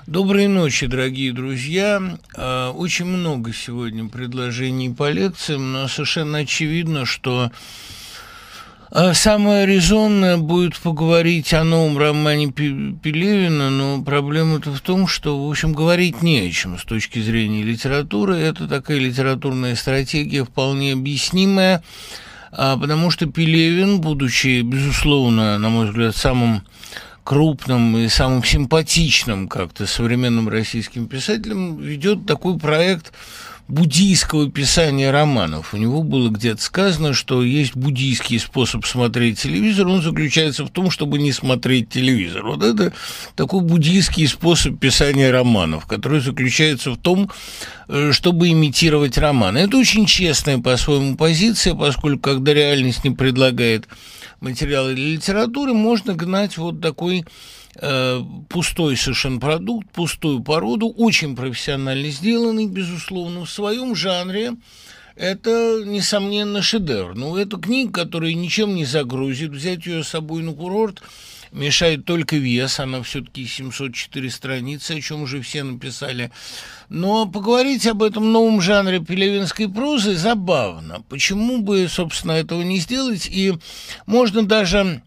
Доброй ночи, дорогие друзья. Очень много сегодня предложений по лекциям, но совершенно очевидно, что самое резонное будет поговорить о новом романе Пелевина, но проблема-то в том, что, в общем, говорить не о чем с точки зрения литературы. Это такая литературная стратегия вполне объяснимая, потому что Пелевин, будучи, безусловно, на мой взгляд, самым крупным и самым симпатичным как-то современным российским писателем, ведет такой проект буддийского писания романов. У него было где-то сказано, что есть буддийский способ смотреть телевизор, он заключается в том, чтобы не смотреть телевизор. Вот это такой буддийский способ писания романов, который заключается в том, чтобы имитировать романы. Это очень честная по-своему позиция, поскольку когда реальность не предлагает материалы для литературы, можно гнать вот такой пустой совершенно продукт, пустую породу, очень профессионально сделанный, безусловно, в своем жанре. Это, несомненно, шедевр. Но это книга, которая ничем не загрузит. Взять ее с собой на курорт мешает только вес. Она все-таки 704 страницы, о чем уже все написали. Но поговорить об этом новом жанре пелевинской прозы забавно. Почему бы, собственно, этого не сделать? И можно даже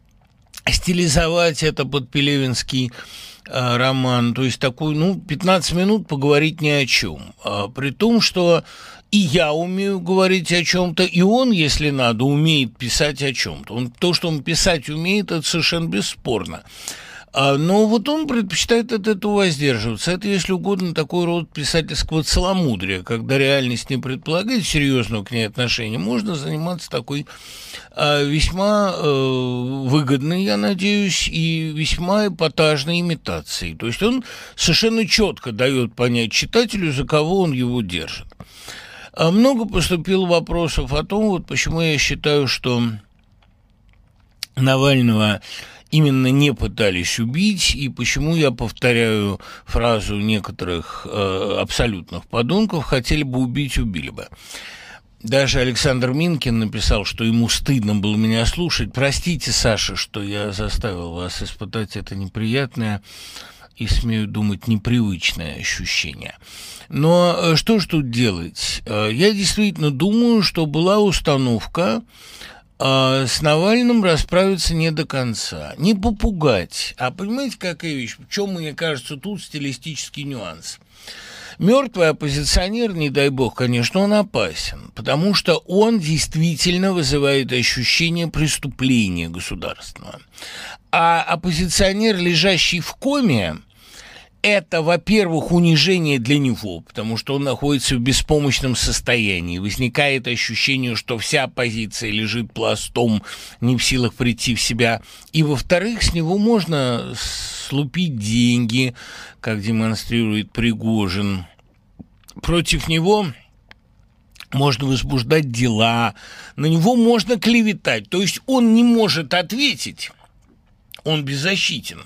стилизовать это под пелевинский роман, то есть такой, 15 минут поговорить ни о чем. При том, что и я умею говорить о чем-то, и он, если надо, умеет писать о чем-то. То, что он писать умеет, это совершенно бесспорно. Но вот он предпочитает от этого воздерживаться. Это, если угодно, такой род писательского целомудрия, когда реальность не предполагает серьезного к ней отношения, можно заниматься такой весьма выгодной, я надеюсь, и весьма эпатажной имитацией. То есть он совершенно четко дает понять читателю, за кого он его держит. Много поступило вопросов о том, вот почему я считаю, что Навального именно не пытались убить, и почему я повторяю фразу некоторых абсолютных подонков: хотели бы убить, убили бы. Даже Александр Минкин написал, что ему стыдно было меня слушать. Простите, Саша, что я заставил вас испытать это неприятное и, смею думать, непривычное ощущение. Но что ж тут делать? Я действительно думаю, что была установка с Навальным расправиться не до конца. Не попугать. А понимаете, какая вещь? В чем, мне кажется, тут стилистический нюанс? Мертвый оппозиционер, не дай бог, конечно, он опасен, потому что он действительно вызывает ощущение преступления государственного. А оппозиционер, лежащий в коме, это, во-первых, унижение для него, потому что он находится в беспомощном состоянии. Возникает ощущение, что вся оппозиция лежит пластом, не в силах прийти в себя. И, во-вторых, с него можно слупить деньги, как демонстрирует Пригожин. Против него можно возбуждать дела, на него можно клеветать. То есть он не может ответить, он беззащитен.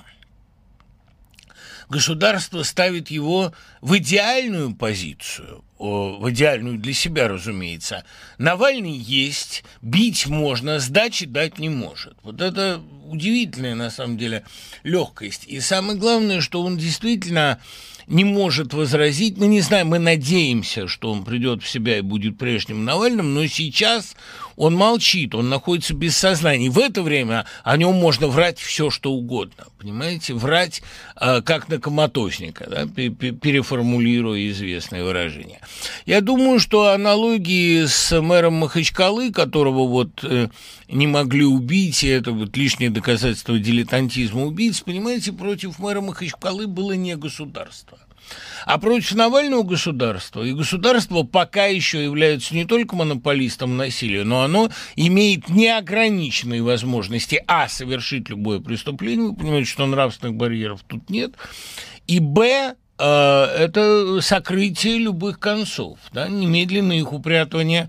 Государство ставит его в идеальную позицию, в идеальную для себя, разумеется. Навальный есть, бить можно, сдачи дать не может. Вот это удивительная, на самом деле, легкость. И самое главное, что он действительно не может возразить. Мы не знаем, мы надеемся, что он придет в себя и будет прежним Навальным, но сейчас он молчит, он находится без сознания. И в это время о нем можно врать все, что угодно. Понимаете? Врать как на коматозника, да? Переформулируя известное выражение. Я думаю, что аналогии с мэром Махачкалы, которого вот не могли убить, и это вот лишнее доказательство дилетантизма убийц, понимаете, против мэра Махачкалы было не государство, а против Навального государства. И государство пока еще является не только монополистом насилия, но оно имеет неограниченные возможности совершить любое преступление. Вы понимаете, что нравственных барьеров тут нет. И это сокрытие любых концов, да, немедленное их упрятывание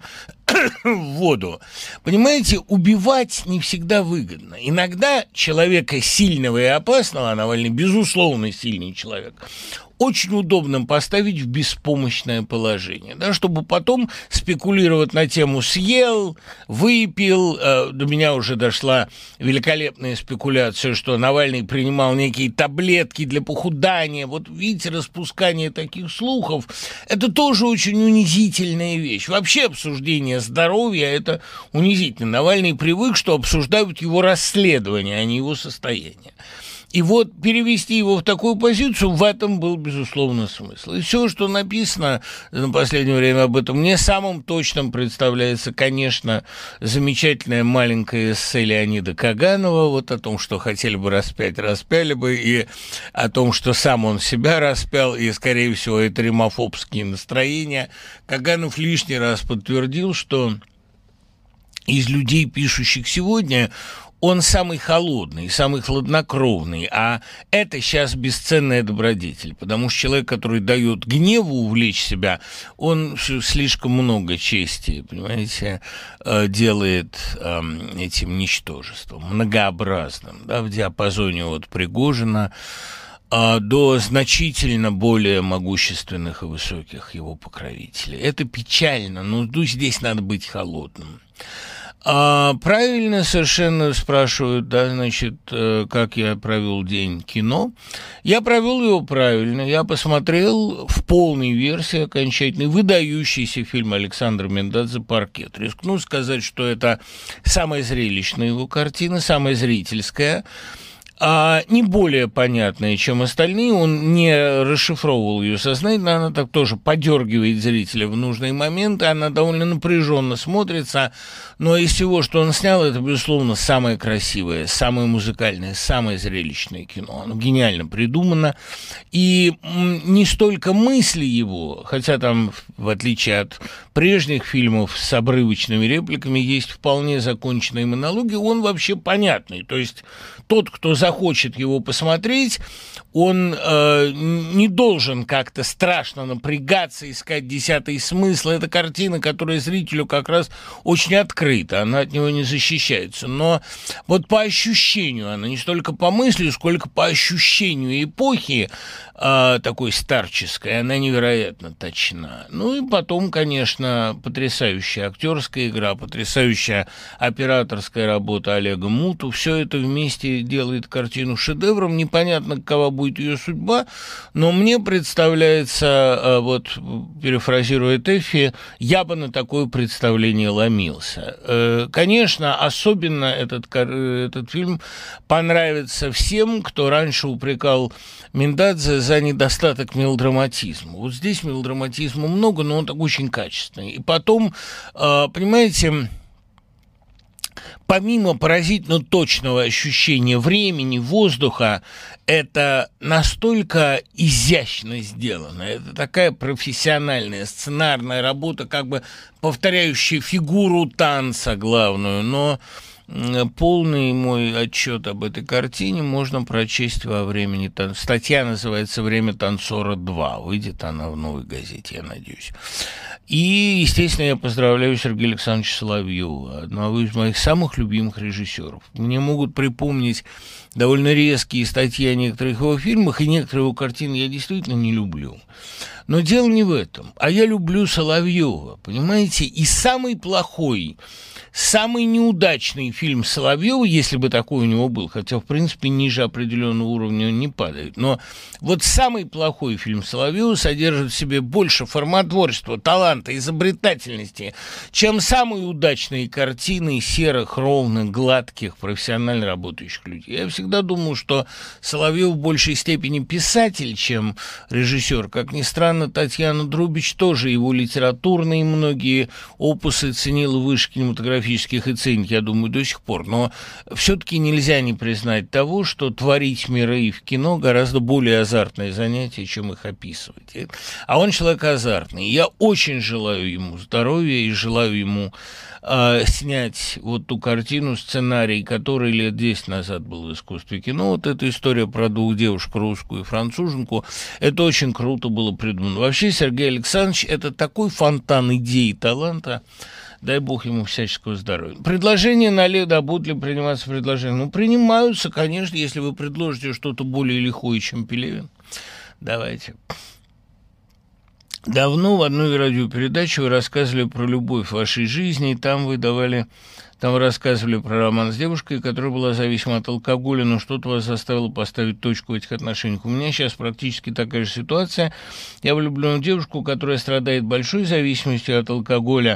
в воду. Понимаете, убивать не всегда выгодно. Иногда человека сильного и опасного, а Навальный, безусловно, сильный человек, очень удобно поставить в беспомощное положение, да, чтобы потом спекулировать на тему «съел», «выпил». До меня уже дошла великолепная спекуляция, что Навальный принимал некие таблетки для похудания. Вот видите, распускание таких слухов – это тоже очень унизительная вещь. Вообще обсуждение здоровья – это унизительно. Навальный привык, что обсуждают его расследование, а не его состояние. И вот перевести его в такую позицию, в этом был, безусловно, смысл. И все, что написано на последнее время об этом, мне самым точным представляется, конечно, замечательное маленькое эссе Леонида Каганова, вот о том, что хотели бы распять, распяли бы, и о том, что сам он себя распял, и, скорее всего, это римофобские настроения. Каганов лишний раз подтвердил, что из людей, пишущих сегодня, он самый холодный, самый хладнокровный, а это сейчас бесценная добродетель, потому что человек, который дает гневу увлечь себя, он слишком много чести, понимаете, делает этим ничтожеством, многообразным, да, в диапазоне от Пригожина до значительно более могущественных и высоких его покровителей. Это печально, но здесь надо быть холодным. Правильно совершенно спрашивают, да, значит, как я провел день кино. Я провел его правильно. Я посмотрел в полной версии окончательный выдающийся фильм Александра Мендадзе «Паркет». Рискну сказать, что это самая зрелищная его картина, самая зрительская, не более понятная, чем остальные. Он не расшифровывал ее сознательно, она так тоже подергивает зрителя в нужные моменты, она довольно напряженно смотрится, но из всего, что он снял, это, безусловно, самое красивое, самое музыкальное, самое зрелищное кино. Оно гениально придумано, и не столько мысли его, хотя там, в отличие от прежних фильмов с обрывочными репликами, есть вполне законченные монологи, он вообще понятный, то есть тот, кто захочет его посмотреть, он не должен как-то страшно напрягаться, искать десятый смысл. Это картина, которая зрителю как раз очень открыта, она от него не защищается. Но вот по ощущению, она не столько по мысли, сколько по ощущению эпохи такой старческой, она невероятно точна. Ну и потом, конечно, потрясающая актерская игра, потрясающая операторская работа Олега Муту. Все это вместе делает картину шедевром. Непонятно, какова будет ее судьба, но мне представляется, вот перефразируя Тэффи, я бы на такое представление ломился. Конечно, особенно этот фильм понравится всем, кто раньше упрекал Мендадзе за недостаток мелодраматизма. Вот здесь мелодраматизма много, но он так очень качественный. И потом, понимаете, помимо поразительно точного ощущения времени, воздуха, это настолько изящно сделано. Это такая профессиональная сценарная работа, как бы повторяющая фигуру танца главную, но полный мой отчет об этой картине можно прочесть во «Времени танца». Статья называется «Время танцора 2». Выйдет она в «Новой газете», я надеюсь. И, естественно, я поздравляю Сергея Александровича Соловьева, одного из моих самых любимых режиссеров. Мне могут припомнить довольно резкие статьи о некоторых его фильмах, и некоторые его картины я действительно не люблю. Но дело не в этом. А я люблю Соловьева, понимаете? И самый плохой, самый неудачный фильм Соловьева, если бы такой у него был, хотя, в принципе, ниже определенного уровня он не падает, но вот самый плохой фильм Соловьева содержит в себе больше формотворчества, таланта, изобретательности, чем самые удачные картины серых, ровных, гладких, профессионально работающих людей. Я всегда думал, что Соловьев в большей степени писатель, чем режиссер. Как ни странно, Татьяна Друбич тоже его литературные многие опусы ценила выше кинематографических и ценит, я думаю, до сих пор. Но все-таки нельзя не признать того, что творить миры в кино гораздо более азартное занятие, чем их описывать. А он человек азартный. Я очень желаю ему здоровья и желаю ему снять вот ту картину, сценарий, который лет 10 назад был в искусстве кино. Вот эта история про двух девушек, русскую и француженку, это очень круто было придумано. Вообще Сергей Александрович – это такой фонтан идей и таланта. Дай бог ему всяческого здоровья. Предложения на лето, будут ли приниматься предложения? Ну, принимаются, конечно, если вы предложите что-то более лихое, чем Пелевин. Давайте. Давно в одной радиопередаче вы рассказывали про любовь в вашей жизни, и там вы рассказывали про роман с девушкой, которая была зависима от алкоголя, но что-то вас заставило поставить точку в этих отношениях. У меня сейчас практически такая же ситуация. Я влюблен в девушку, которая страдает большой зависимостью от алкоголя.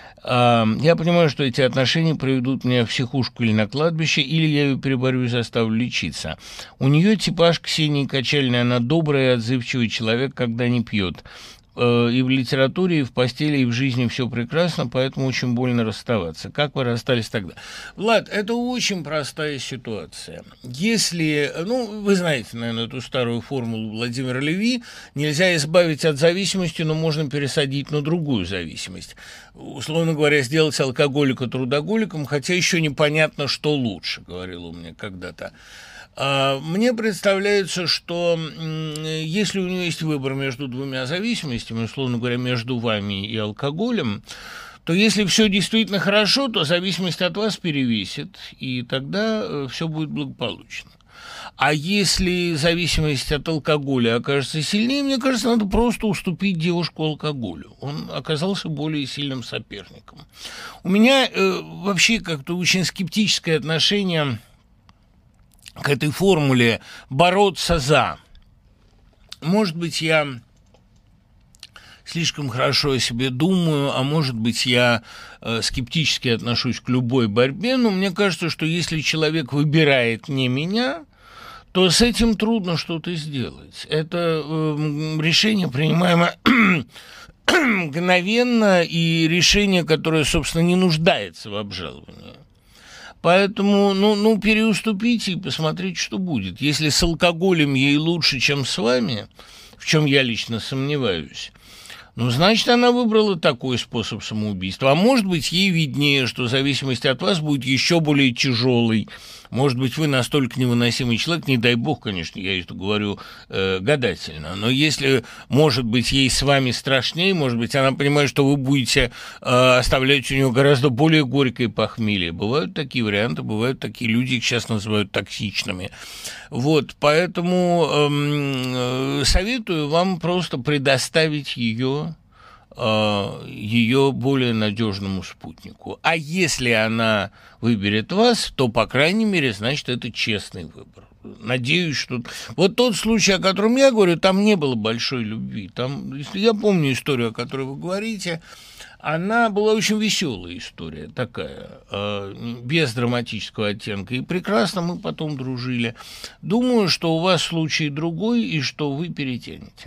Я понимаю, что эти отношения приведут меня в психушку или на кладбище, или я ее переборю и заставлю лечиться. У нее типаж Ксении Качалиной, она добрый и отзывчивый человек, когда не пьет. И в литературе, и в постели, и в жизни все прекрасно, поэтому очень больно расставаться. Как вы расстались тогда? Влад, это очень простая ситуация. Если, вы знаете, наверное, эту старую формулу Владимира Леви, нельзя избавить от зависимости, но можно пересадить на другую зависимость. Условно говоря, сделать алкоголика трудоголиком, хотя еще непонятно, что лучше, говорил он мне когда-то. Мне представляется, что если у нее есть выбор между двумя зависимостями, условно говоря, между вами и алкоголем, то если все действительно хорошо, то зависимость от вас перевесит, и тогда все будет благополучно. А если зависимость от алкоголя окажется сильнее, мне кажется, надо просто уступить девушку алкоголю. Он оказался более сильным соперником. У меня вообще как-то очень скептическое отношение к этой формуле «бороться за». Может быть, я слишком хорошо о себе думаю, а может быть, я скептически отношусь к любой борьбе, но мне кажется, что если человек выбирает не меня, то с этим трудно что-то сделать. Это решение, принимаемое мгновенно, и решение, которое, собственно, не нуждается в обжаловании. Поэтому, переуступите и посмотрите, что будет. Если с алкоголем ей лучше, чем с вами, в чем я лично сомневаюсь, значит, она выбрала такой способ самоубийства. А может быть, ей виднее, что зависимость от вас будет еще более тяжелой. Может быть, вы настолько невыносимый человек, не дай бог, конечно, я это говорю гадательно, но если, может быть, ей с вами страшнее, может быть, она понимает, что вы будете оставлять у нее гораздо более горькое похмелье. Бывают такие варианты, бывают такие люди, их сейчас называют токсичными. Вот, поэтому советую вам просто предоставить ее более надежному спутнику. А если она выберет вас, то, по крайней мере, значит, это честный выбор. Надеюсь, что... Вот тот случай, о котором я говорю, там не было большой любви. Там, если я помню историю, о которой вы говорите, она была очень веселая история, такая, без драматического оттенка. И прекрасно мы потом дружили. Думаю, что у вас случай другой, и что вы перетянете.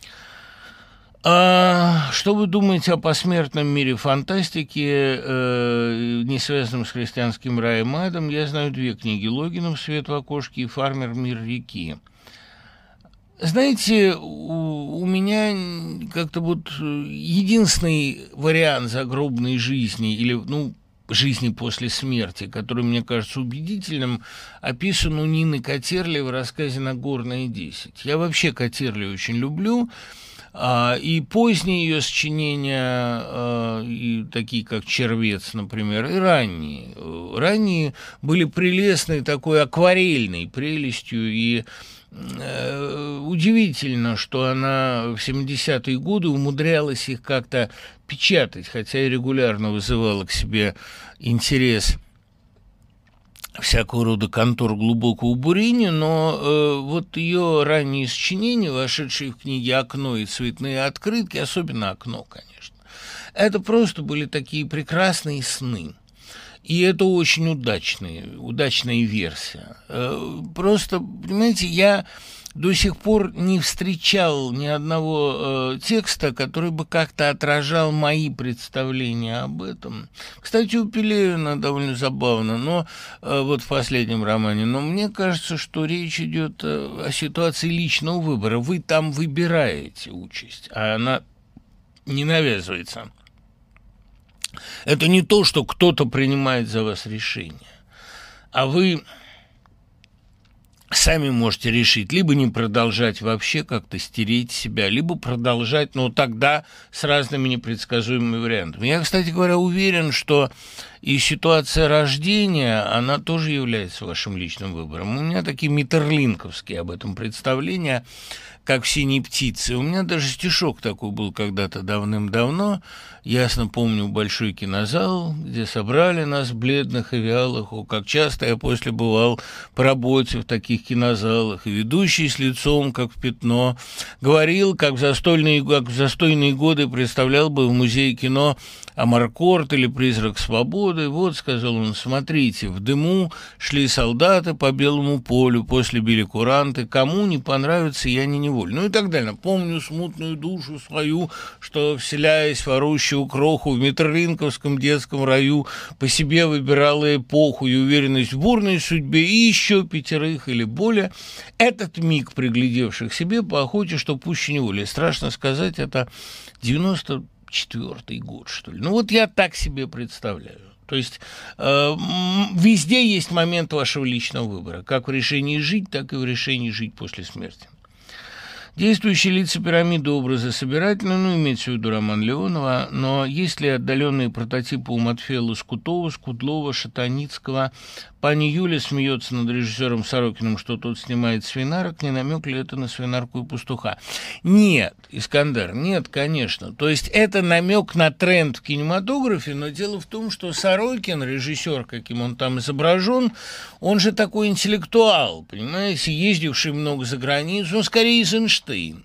Что вы думаете о посмертном мире фантастики, не связанном с христианским раем и адом? Я знаю две книги: Логинов «Свет в окошке» и «Фармер. Мир реки». Знаете, у меня как-то вот единственный вариант загробной жизни или, жизни после смерти, который мне кажется убедительным, описан у Нины Катерли в рассказе «Нагорная 10». Я вообще Катерли очень люблю. И поздние ее сочинения, и такие как «Червец», например, и ранние. Ранние были прелестной такой акварельной прелестью, и удивительно, что она в 70-е годы умудрялась их как-то печатать, хотя и регулярно вызывала к себе интерес всякого рода контор глубокого бурения, но вот ее ранние сочинения, вошедшие в книги «Окно» и «Цветные открытки», особенно «Окно», конечно, это просто были такие прекрасные сны. И это очень удачная версия. Просто, понимаете, я до сих пор не встречал ни одного текста, который бы как-то отражал мои представления об этом. Кстати, у Пелевина довольно забавно, но вот в последнем романе. Но мне кажется, что речь идет о ситуации личного выбора. Вы там выбираете участь, а она не навязывается. Это не то, что кто-то принимает за вас решение, а вы сами можете решить, либо не продолжать вообще как-то стереть себя, либо продолжать, но тогда с разными непредсказуемыми вариантами. Я, кстати говоря, уверен, что и ситуация рождения, она тоже является вашим личным выбором. У меня такие миттерлинковские об этом представления, как в «Синей птице». У меня даже стишок такой был когда-то давным-давно. Ясно помню большой кинозал, где собрали нас, бледных и вялых. О, как часто я после бывал по работе в таких кинозалах. И ведущий с лицом, как в пятно, говорил, как в застойные годы представлял бы в музее кино «Амаркорд» или «Призрак свободы». Вот, сказал он, смотрите, в дыму шли солдаты по белому полю, после били куранты. Кому не понравится, я не неволь. Ну и так далее. Помню смутную душу свою, что, вселяясь в орущую кроху в миттерлинковском детском раю, по себе выбирала эпоху и уверенность в бурной судьбе и еще 5 или более. Этот миг, приглядевших к себе по охоте, что пуще неволи. Страшно сказать, это 94-й год, что ли. Ну вот я так себе представляю. То есть везде есть момент вашего личного выбора, как в решении жить, так и в решении жить после смерти. Действующие лица пирамиды образы собирательные, ну, имеется в виду роман Леонова, но есть ли отдаленные прототипы у Матфея Лоскутова, Скудлова, Шатаницкого? Пани Юля смеется над режиссером Сорокиным, что тот снимает свинарок, не намек ли это на свинарку и пастуха? Нет, Искандер, нет, конечно. То есть это намек на тренд в кинематографе, но дело в том, что Сорокин, режиссер, каким он там изображен, он же такой интеллектуал, понимаете, ездивший много за границу, он скорее Эйзенштейн.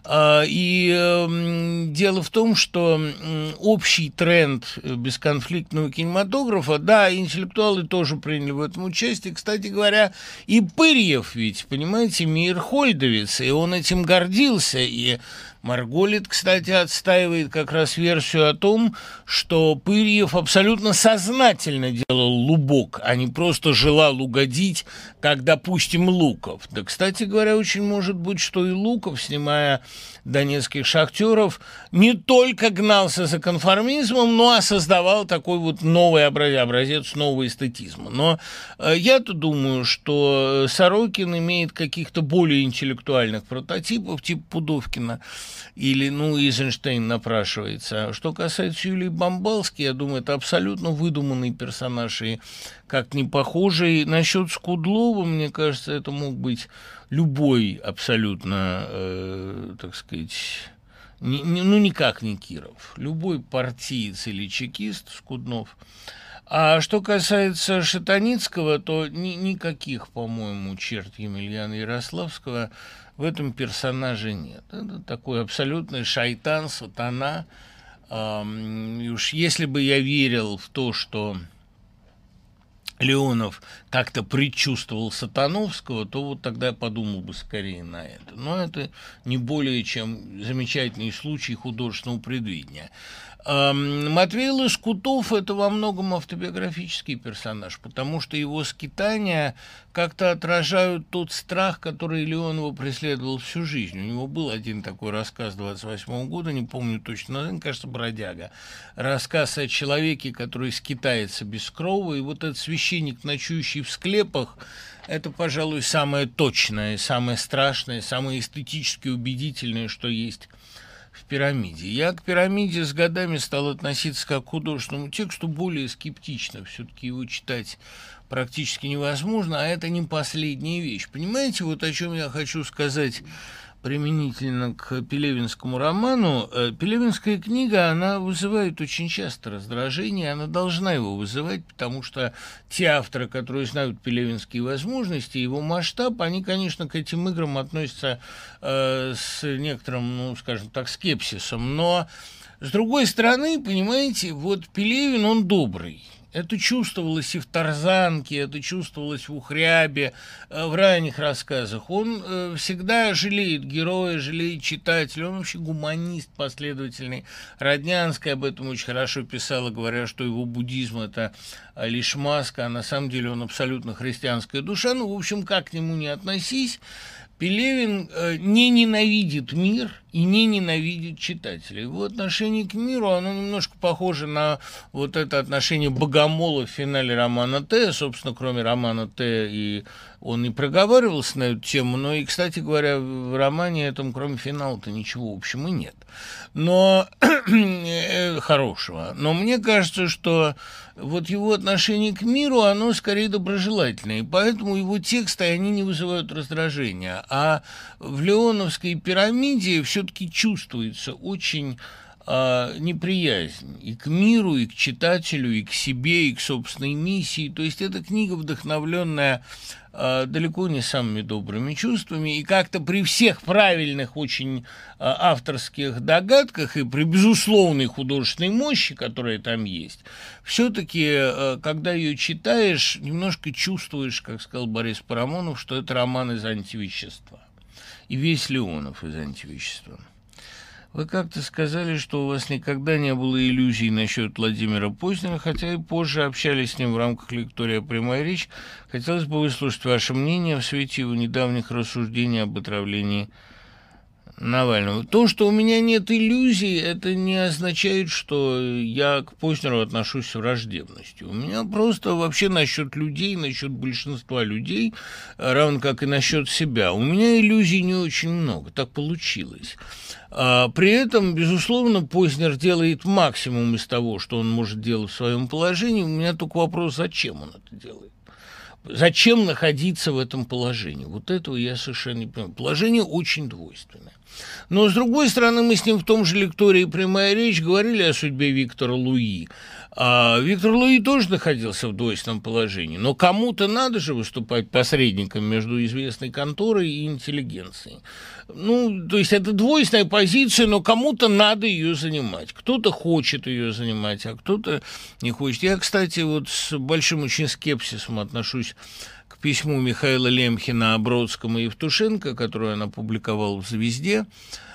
И дело в том, что общий тренд бесконфликтного кинематографа, да, интеллектуалы тоже приняли в этом участие. Кстати говоря, и Пырьев ведь, понимаете, мейерхольдовец, и он этим гордился, и Марголит, кстати, отстаивает как раз версию о том, что Пырьев абсолютно сознательно делал лубок, а не просто желал угодить, как, допустим, Луков. Да, кстати говоря, очень может быть, что и Луков, снимая «Донецких шахтеров», не только гнался за конформизмом, но и создавал такой вот новый образец нового эстетизма. Но я-то думаю, что Сорокин имеет каких-то более интеллектуальных прототипов, типа Пудовкина, или, ну, Эйзенштейн напрашивается. Что касается Юлии Бамбалски, я думаю, это абсолютно выдуманный персонаж и как не похожий. Насчет Скудлова, мне кажется, это мог быть любой абсолютно, так сказать, никак не Киров. Любой партиец или чекист Скуднов. А что касается Шатаницкого, то никаких, по-моему, черт Емельяна Ярославского в этом персонаже нет. Это такой абсолютный шайтан, сатана. И уж если бы я верил в то, что Леонов как-то предчувствовал Сатановского, то вот тогда я подумал бы скорее на это. Но это не более чем замечательный случай художественного предвидения. Матвей Лоскутов – это во многом автобиографический персонаж, потому что его скитания как-то отражают тот страх, который Леонова преследовал всю жизнь. У него был один такой рассказ 28 года, не помню точно название, кажется, «Бродяга». Рассказ о человеке, который скитается без крова, и вот этот священник, ночующий в склепах, это, пожалуй, самое точное, самое страшное, самое эстетически убедительное, что есть в «Пирамиде». Я к «Пирамиде» с годами стал относиться как к художественному тексту более скептично. Все-таки его читать практически невозможно, а это не последняя вещь. Понимаете, вот о чем я хочу сказать применительно к пелевинскому роману. Пелевинская книга, она вызывает очень часто раздражение, она должна его вызывать, потому что те авторы, которые знают пелевинские возможности, его масштаб, они, конечно, к этим играм относятся с некоторым, ну, скажем так, скепсисом. Но, с другой стороны, понимаете, вот Пелевин, он добрый. Это чувствовалось и в «Тарзанке», это чувствовалось в «Ухрябе», в ранних рассказах. Он всегда жалеет героя, жалеет читателя. Он вообще гуманист последовательный. Роднянская об этом очень хорошо писала, говоря, что его буддизм – это лишь маска, а на самом деле он абсолютно христианская душа. Ну, в общем, как к нему не относись, Пелевин не ненавидит мир и не ненавидит читателя. Его отношение к миру, оно немножко похоже на вот это отношение Богомола в финале романа Т. Собственно, кроме романа Т, и он и проговаривался на эту тему, но и, кстати говоря, в романе этом, кроме финала-то, ничего общего нет. Но хорошего. Но мне кажется, что вот его отношение к миру, оно скорее доброжелательное, и поэтому его тексты, они не вызывают раздражения. А в Леоновской пирамиде все-таки чувствуется очень неприязнь и к миру, и к читателю, и к себе, и к собственной миссии. То есть это книга, вдохновленная далеко не самыми добрыми чувствами, и как-то при всех правильных очень авторских догадках и при безусловной художественной мощи, которая там есть, все-таки, когда ее читаешь, немножко чувствуешь, как сказал Борис Парамонов, что это роман из антивещества. И весь Леонов из антивещества. Вы как-то сказали, что у вас никогда не было иллюзий насчет Владимира Познера, хотя и позже общались с ним в рамках лектория «Прямая речь». Хотелось бы выслушать ваше мнение в свете его недавних рассуждений об отравлении Навального. То, что у меня нет иллюзий, это не означает, что я к Познеру отношусь с враждебностью. У меня просто вообще насчет людей, насчет большинства людей, равно как и насчет себя, у меня иллюзий не очень много, так получилось. При этом, безусловно, Познер делает максимум из того, что он может делать в своем положении. У меня только вопрос, зачем он это делает. Зачем находиться в этом положении? Вот этого я совершенно не понимаю. Положение очень двойственное. Но, с другой стороны, мы с ним в том же лектории «Прямая речь» говорили о судьбе Виктора Луи. Виктор Луи тоже находился в двойственном положении. Но кому-то надо же выступать посредником между известной конторой и интеллигенцией. Ну, то есть это двойственная позиция, но кому-то надо ее занимать. Кто-то хочет ее занимать, а кто-то не хочет. Я, кстати, вот с большим очень скепсисом отношусь к письму Михаила Лемхина о Бродском и Евтушенко, которое он опубликовал в «Звезде».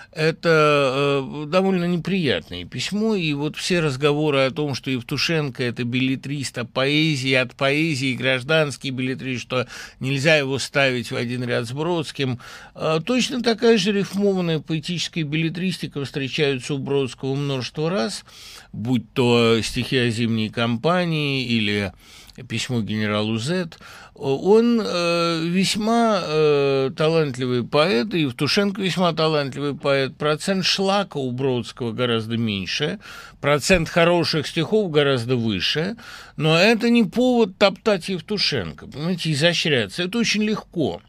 Это довольно неприятное письмо, и вот все разговоры о том, что Евтушенко – это беллетрист о поэзии, от поэзии гражданский беллетрист, что нельзя его ставить в один ряд с Бродским, точно такая же рифмованная поэтическая беллетристика встречаются у Бродского множество раз, будь то стихи о зимней кампании или письмо генералу Зет. Он весьма талантливый поэт, и Евтушенко весьма талантливый поэт. Процент шлака у Бродского гораздо меньше, процент хороших стихов гораздо выше, но это не повод топтать Евтушенко, понимаете, изощряться. Это очень легко.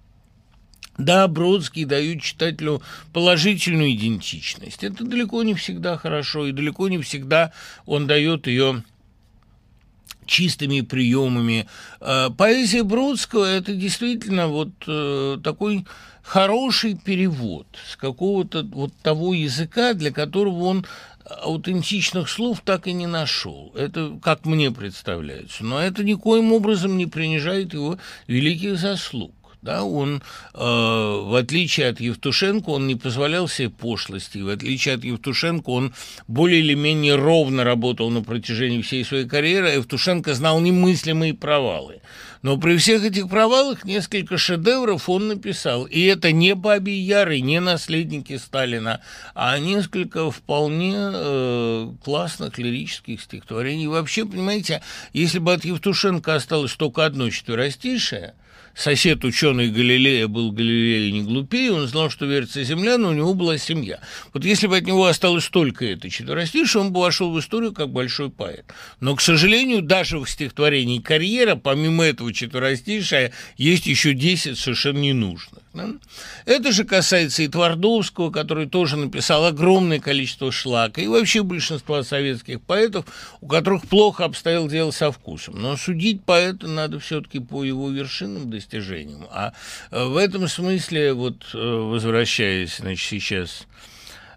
Да, Бродский дает читателю положительную идентичность. Это далеко не всегда хорошо, и далеко не всегда он дает ее чистыми приемами. Поэзия Бродского – это действительно вот такой хороший перевод с какого-то вот того языка, для которого он аутентичных слов так и не нашел. Это как мне представляется. Но это никоим образом не принижает его великих заслуг. Да, он, в отличие от Евтушенко, он не позволял себе пошлости. В отличие от Евтушенко, он более или менее ровно работал на протяжении всей своей карьеры, а Евтушенко знал немыслимые провалы. Но при всех этих провалах несколько шедевров он написал. И это не «Бабий Яр» и не «Наследники Сталина», а несколько вполне классных лирических стихотворений. И вообще, понимаете, если бы от Евтушенко осталось только одно четверостишее, сосед ученый Галилея был Галилея не глупее, он знал, что верится земля, но у него была семья. Вот если бы от него осталось только это четверостишее, он бы вошел в историю как большой поэт. Но, к сожалению, даже в стихотворении «Карьера», помимо этого четверостишия, есть еще 10 совершенно ненужных. Да? Это же касается и Твардовского, который тоже написал огромное количество шлака, и вообще большинства советских поэтов, у которых плохо обстояло дело со вкусом. Но судить поэта надо все-таки по его вершинам достижениям. А в этом смысле, вот возвращаясь, значит, сейчас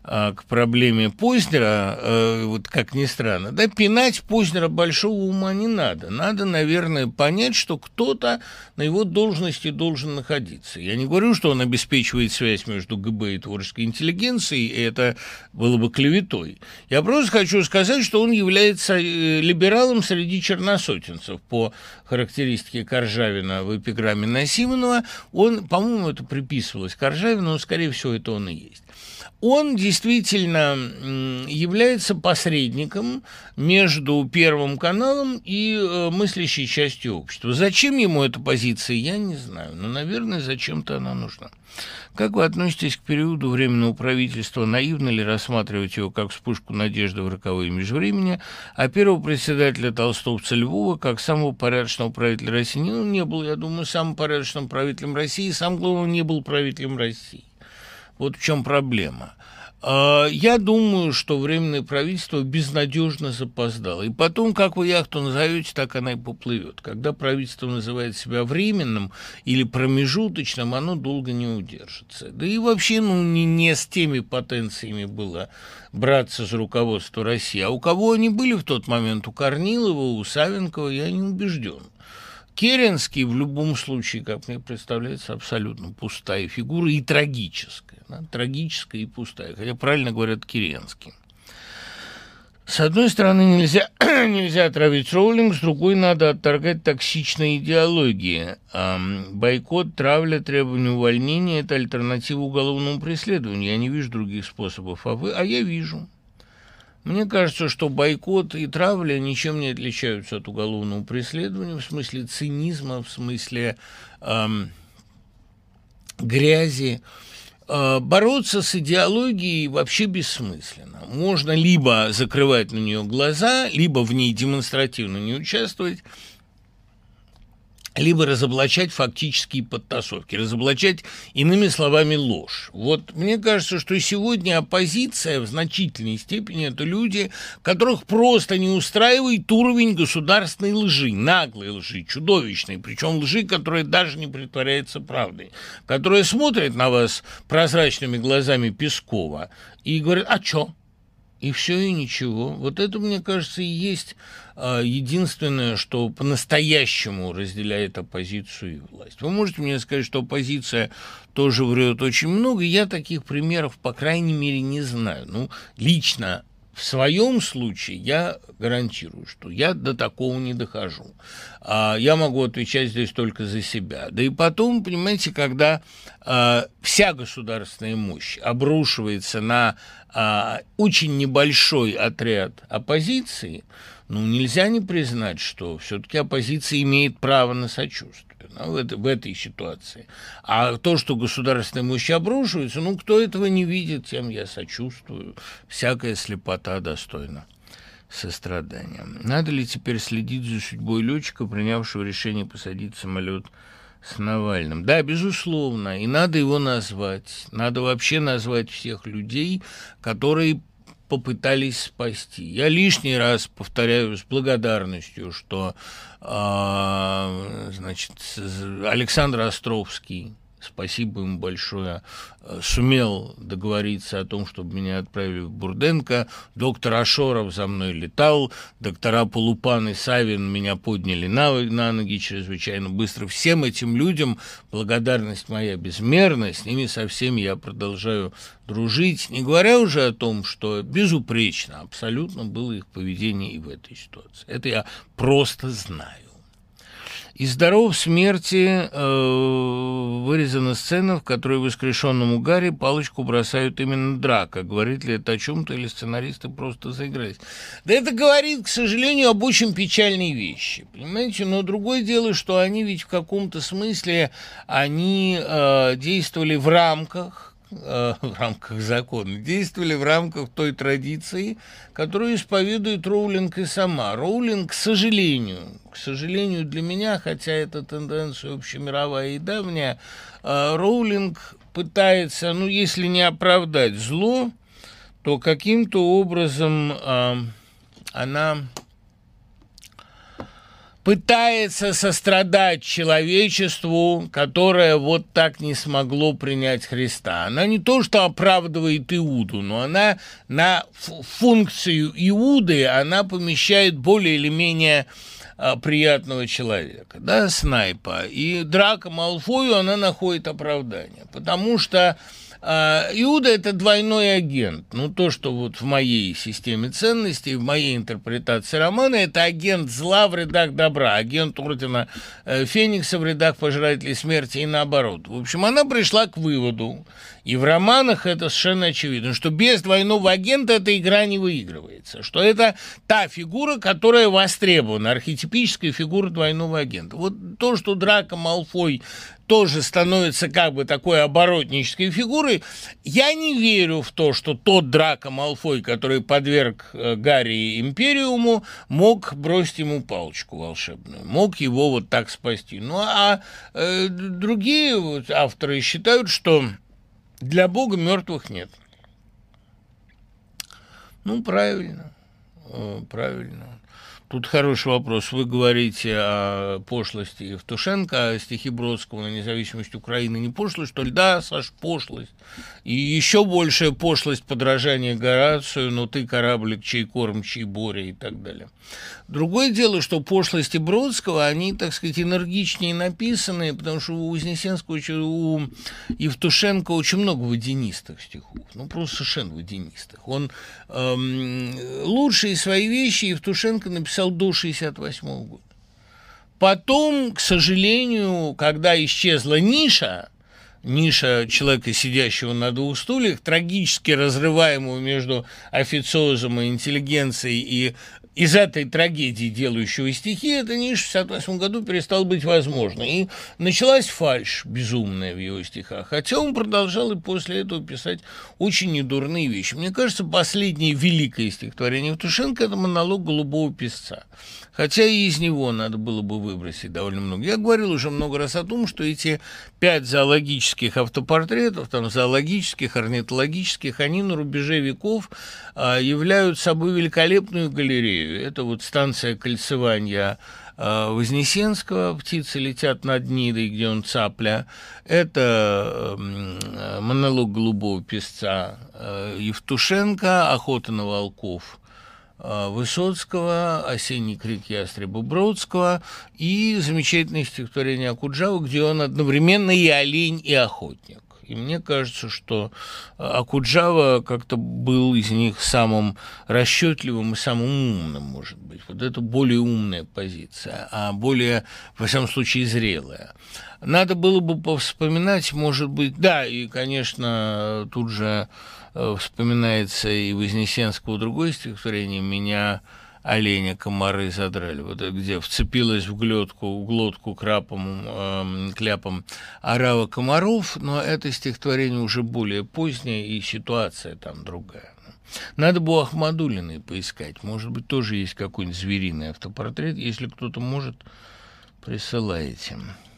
к проблеме Познера, вот как ни странно, да, пинать Познера большого ума не надо. Надо, наверное, понять, что кто-то на его должности должен находиться. Я не говорю, что он обеспечивает связь между ГБ и творческой интеллигенцией, и это было бы клеветой. Я просто хочу сказать, что он является либералом среди черносотенцев. По характеристике Коржавина в эпиграмме на Симонова, он, по-моему, это приписывалось Коржавину, но, скорее всего, это он и есть. Он действительно является посредником между Первым каналом и мыслящей частью общества. Зачем ему эта позиция, я не знаю, но, наверное, зачем-то она нужна. Как вы относитесь к периоду Временного правительства? Наивно ли рассматривать его как вспышку надежды в роковые межвремени, а первого председателя толстовца Львова как самого порядочного правителя России? Он не был, я думаю, самым порядочным правителем России, и, самое главное, не был правителем России. Вот в чем проблема. Я думаю, что Временное правительство безнадежно запоздало. И потом, как вы яхту назовете, так она и поплывет. Когда правительство называет себя временным или промежуточным, оно долго не удержится. Да и вообще, не с теми потенциями было браться за руководство России. А у кого они были в тот момент? У Корнилова, у Савенкова, я не убежден. Керенский в любом случае, как мне представляется, абсолютно пустая фигура и трагическая. Да? Трагическая и пустая. Хотя правильно говорят Керенский. С одной стороны, нельзя травить Роулинг, с другой надо отторгать токсичные идеологии. Бойкот, травля, требование увольнения – это альтернатива уголовному преследованию. Я не вижу других способов, а я вижу. Мне кажется, что бойкот и травля ничем не отличаются от уголовного преследования в смысле цинизма, в смысле грязи. Бороться с идеологией вообще бессмысленно. Можно либо закрывать на нее глаза, либо в ней демонстративно не участвовать, либо разоблачать фактические подтасовки, разоблачать, иными словами, ложь. Вот мне кажется, что сегодня оппозиция в значительной степени – это люди, которых просто не устраивает уровень государственной лжи, наглой лжи, чудовищной, причем лжи, которая даже не притворяется правдой, которая смотрит на вас прозрачными глазами Пескова и говорит: а чё? И все, и ничего. Вот это, мне кажется, и есть единственное, что по-настоящему разделяет оппозицию и власть. Вы можете мне сказать, что оппозиция тоже врет очень много. Я таких примеров, по крайней мере, не знаю. Ну, лично в своем случае я гарантирую, что я до такого не дохожу. Я могу отвечать здесь только за себя. Да и потом, понимаете, когда вся государственная мощь обрушивается на очень небольшой отряд оппозиции, нельзя не признать, что все-таки оппозиция имеет право на сочувствие в этой ситуации. А то, что государственная мощь обрушивается, кто этого не видит, тем я сочувствую. Всякая слепота достойна сострадания. Надо ли теперь следить за судьбой летчика, принявшего решение посадить самолет с Навальным? Да, безусловно, и надо его назвать. Надо вообще назвать всех людей, которые попытались спасти. Я лишний раз повторяю с благодарностью, что Александр Островский, спасибо ему большое, сумел договориться о том, чтобы меня отправили в Бурденко. Доктор Ашоров за мной летал, доктора Полупан и Савин меня подняли на ноги чрезвычайно быстро. Всем этим людям благодарность моя безмерна, с ними со всеми я продолжаю дружить, не говоря уже о том, что безупречно абсолютно было их поведение и в этой ситуации. Это я просто знаю. Из «Здоров смерти» вырезана сцена, в которой воскрешенному Гарри палочку бросают именно Драко. Говорит ли это о чем-то, или сценаристы просто заигрались? Да это говорит, к сожалению, об очень печальной вещи. Понимаете, но другое дело, что они ведь в каком-то смысле они действовали в рамках закона, действовали в рамках той традиции, которую исповедует Роулинг и сама. Роулинг, к сожалению для меня, хотя эта тенденция общемировая и давняя, Роулинг пытается, если не оправдать зло, то каким-то образом она пытается сострадать человечеству, которое вот так не смогло принять Христа. Она не то что оправдывает Иуду, но она на функцию Иуды она помещает более или менее приятного человека, да, Снайпа. И Драко Малфою она находит оправдание, потому что Иуда – это двойной агент. Ну, то, что вот в моей системе ценностей, в моей интерпретации романа, это агент зла в рядах добра, агент ордена Феникса в рядах пожирателей смерти и наоборот. В общем, она пришла к выводу, и в романах это совершенно очевидно, что без двойного агента эта игра не выигрывается, что это та фигура, которая востребована, архетипическая фигура двойного агента. Вот то, что Драко Малфой тоже становится как бы такой оборотнической фигурой, я не верю в то, что тот Драко Малфой, который подверг Гарри Империуму, мог бросить ему палочку волшебную, мог его вот так спасти. Ну, а другие вот авторы считают, что для Бога мертвых нет. Ну, правильно, правильно. Тут хороший вопрос. Вы говорите о пошлости Евтушенко, а стихи Бродского на независимость Украины не пошлость, что ли? Да, Саш, пошлость. И еще большая пошлость подражания Горацию, но ты кораблик, чей корм, чей Боря и так далее. Другое дело, что пошлости Бродского, они, так сказать, энергичнее написанные, потому что у Вознесенского, у Евтушенко очень много водянистых стихов. Ну, просто совершенно водянистых. Он лучшие свои вещи Евтушенко написал до 1968 года. Потом, к сожалению, когда исчезла ниша человека, сидящего на двух стульях, трагически разрываемого между официозом и интеллигенцией, и из этой трагедии, делающего стихи, эта ниша в 1958 году перестала быть возможной. И началась фальшь безумная в его стихах. Хотя он продолжал и после этого писать очень недурные вещи. Мне кажется, последнее великое стихотворение Евтушенко – это монолог «Голубого песца». Хотя и из него надо было бы выбросить довольно много. Я говорил уже много раз о том, что эти 5 зоологических автопортретов, там, зоологических, орнитологических, они на рубеже веков являют собой великолепную галерею. Это вот станция кольцевания Вознесенского, птицы летят над Нидой, где он цапля. Это монолог «Голубого песца» Евтушенко, «Охота на волков» Высоцкого, «Осенний крик ястреба» Бродского и замечательное стихотворение Окуджавы, где он одновременно и олень, и охотник. И мне кажется, что Окуджава как-то был из них самым расчетливым и самым умным, может быть. Вот это более умная позиция, а более, во всяком случае, зрелая. Надо было бы повспоминать, может быть, да, и, конечно, тут же вспоминается и Вознесенского другое стихотворение «Меня оленя комары задрали», вот где вцепилась в глотку кляпом орава комаров, но это стихотворение уже более позднее, и ситуация там другая. Надо бы у Ахмадуллиной поискать, может быть, тоже есть какой-нибудь звериный автопортрет, если кто-то может, присылайте.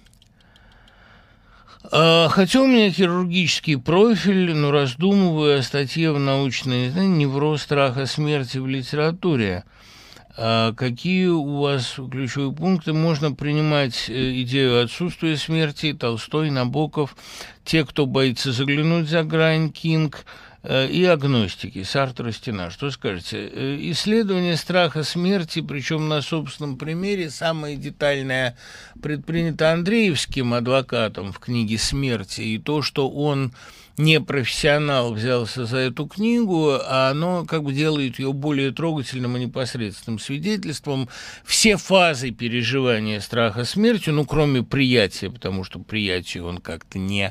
Хотя у меня хирургический профиль, но раздумываю о статье в научной издании «Невроз страха смерти в литературе». Какие у вас ключевые пункты? Можно принимать идею отсутствия смерти, Толстой, Набоков, те, кто боится заглянуть за грань, Кинг и агностики, Сартр и Стена. Что скажете? Исследование страха смерти, причем на собственном примере, самое детальное предпринято Андреевским адвокатом в книге «Смерти», и то, что он не профессионал взялся за эту книгу, а оно как бы делает ее более трогательным и непосредственным свидетельством. Все фазы переживания страха смерти, ну, кроме приятия, потому что приятие он как-то не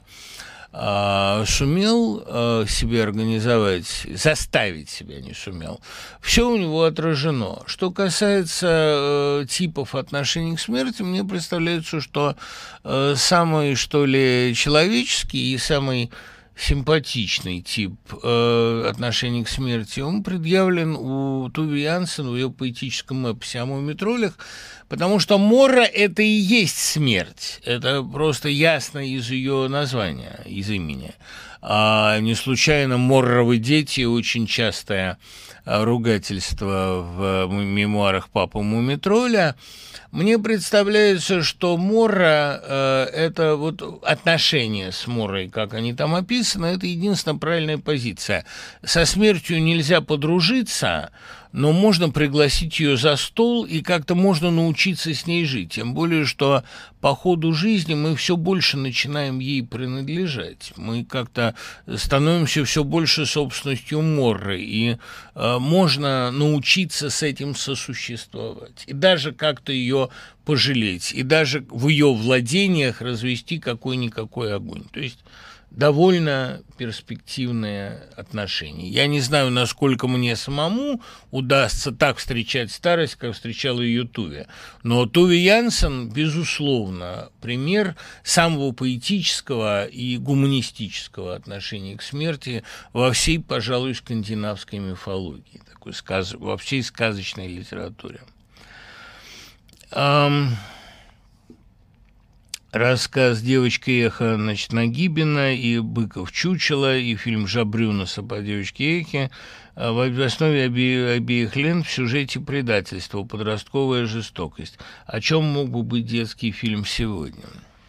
сумел себе организовать, заставить себя не сумел. Все у него отражено. Что касается типов отношений к смерти, мне представляется, что самый, что ли, человеческий и самый симпатичный тип отношений к смерти, он предъявлен у Туве Янсен в ее поэтическом эпосе о мумитролях, потому что Морра – это и есть смерть. Это просто ясно из ее названия, из имени. Не случайно «морровы дети» — очень частое ругательство в мемуарах папы Мумитроля. Мне представляется, что Морра это вот отношения с Моррой, как они там описаны, это единственная правильная позиция. Со смертью нельзя подружиться, но можно пригласить ее за стол, и как-то можно научиться с ней жить. Тем более, что по ходу жизни мы все больше начинаем ей принадлежать. Мы как-то становимся все больше собственностью Морры, и можно научиться с этим сосуществовать. И даже как-то ее пожалеть, и даже в ее владениях развести какой-никакой огонь. То есть довольно перспективные отношения. Я не знаю, насколько мне самому удастся так встречать старость, как встречала ее Туве. Но Туве Янсен, безусловно, пример самого поэтического и гуманистического отношения к смерти во всей, пожалуй, скандинавской мифологии, такой во всей сказочной литературе. Рассказ «Девочка эхо» Нагибина и «Быков чучело», и фильм Жабрюнаса по «Девочке эхе». В основе обеих лент в сюжете предательство, подростковая жестокость. О чем мог бы быть детский фильм сегодня?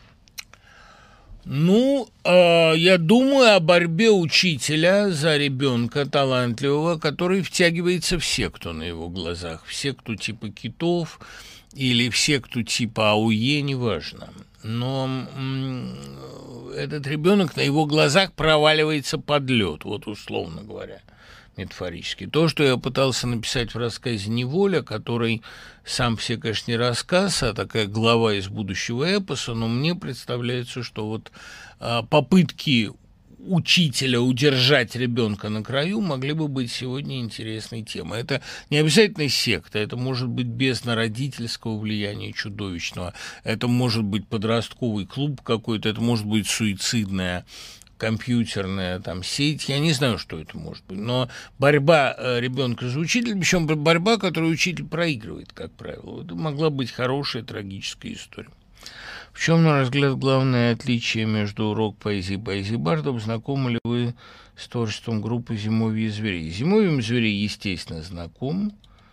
Я думаю о борьбе учителя за ребенка талантливого, который втягивается в секту на его глазах, в секту типа китов или в секту типа АУЕ, неважно. Но этот ребенок на его глазах проваливается под лед, вот условно говоря, метафорически. То, что я пытался написать в рассказе «Неволя», который сам все, конечно, не рассказ, а такая глава из будущего эпоса, но мне представляется, что вот попытки учителя удержать ребенка на краю могли бы быть сегодня интересной темой. Это не обязательно секта, это может быть бездна родительского влияния чудовищного, это может быть подростковый клуб какой-то, это может быть суицидная компьютерная там сеть, я не знаю, что это может быть, но борьба ребенка за учителем, причем борьба, которую учитель проигрывает, как правило, это могла быть хорошая трагическая история. В чем, на ваш взгляд, главное отличие между рок-поэзией и поэзией бардов? Знакомы ли вы с творчеством группы «Зимовье зверей»? «Зимовьем зверей», естественно, знаком,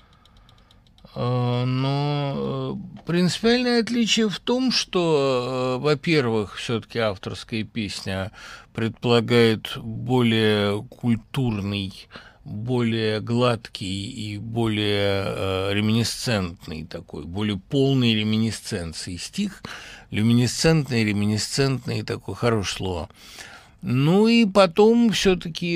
но принципиальное отличие в том, что, во-первых, все-таки авторская песня предполагает более культурный, более гладкий и более реминисцентный такой, более полный реминисценции стих. Люминесцентный, такое хорошее слово. Ну и потом все-таки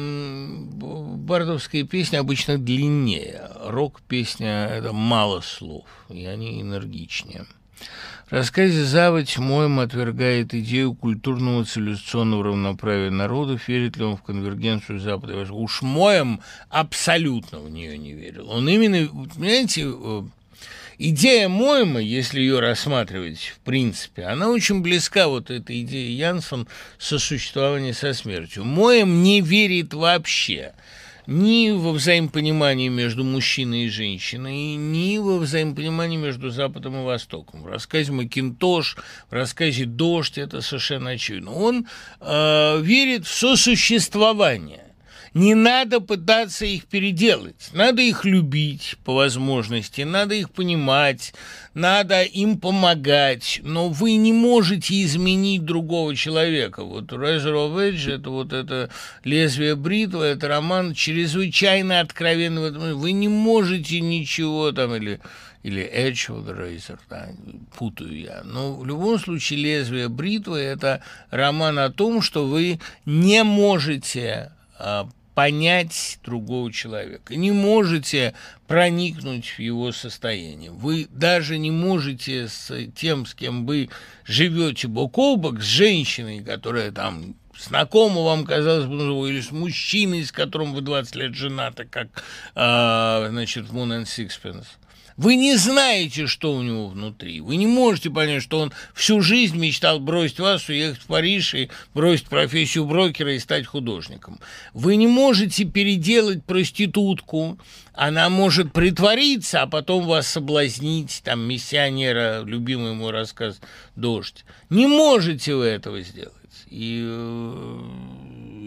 бардовская песня обычно длиннее. Рок-песня – это мало слов, и они энергичнее. В рассказе «Заводь» Моем отвергает идею культурного цивилизационного равноправия народов. Верит ли он в конвергенцию Запада? Уж Моем абсолютно в нее не верил. Он именно, понимаете, идея Моема, если ее рассматривать в принципе, она очень близка вот этой идее Янсен сосуществования со смертью. Моем не верит вообще ни во взаимопонимании между мужчиной и женщиной, ни во взаимопонимании между Западом и Востоком. В рассказе «Макинтош», в рассказе «Дождь» это совершенно очевидно. Он верит в сосуществование. Не надо пытаться их переделать, надо их любить по возможности, надо их понимать, надо им помогать, но вы не можете изменить другого человека. Вот «Razor of Edge» это «Лезвие бритвы», это роман чрезвычайно откровенный в этом. Вы не можете ничего там, или Edge of the Razor, да, путаю я. Но в любом случае «Лезвие бритвы» – это роман о том, что вы не можете понять другого человека, не можете проникнуть в его состояние. Вы даже не можете с тем, с кем вы живете бок о бок, с женщиной, которая там знакома вам, казалось бы, или с мужчиной, с которым вы 20 лет женаты, как, в «Moon and Sixpence». Вы не знаете, что у него внутри. Вы не можете понять, что он всю жизнь мечтал бросить вас, уехать в Париж и бросить профессию брокера и стать художником. Вы не можете переделать проститутку. Она может притвориться, а потом вас соблазнить, там, миссионера, любимый мой рассказ «Дождь». Не можете вы этого сделать. И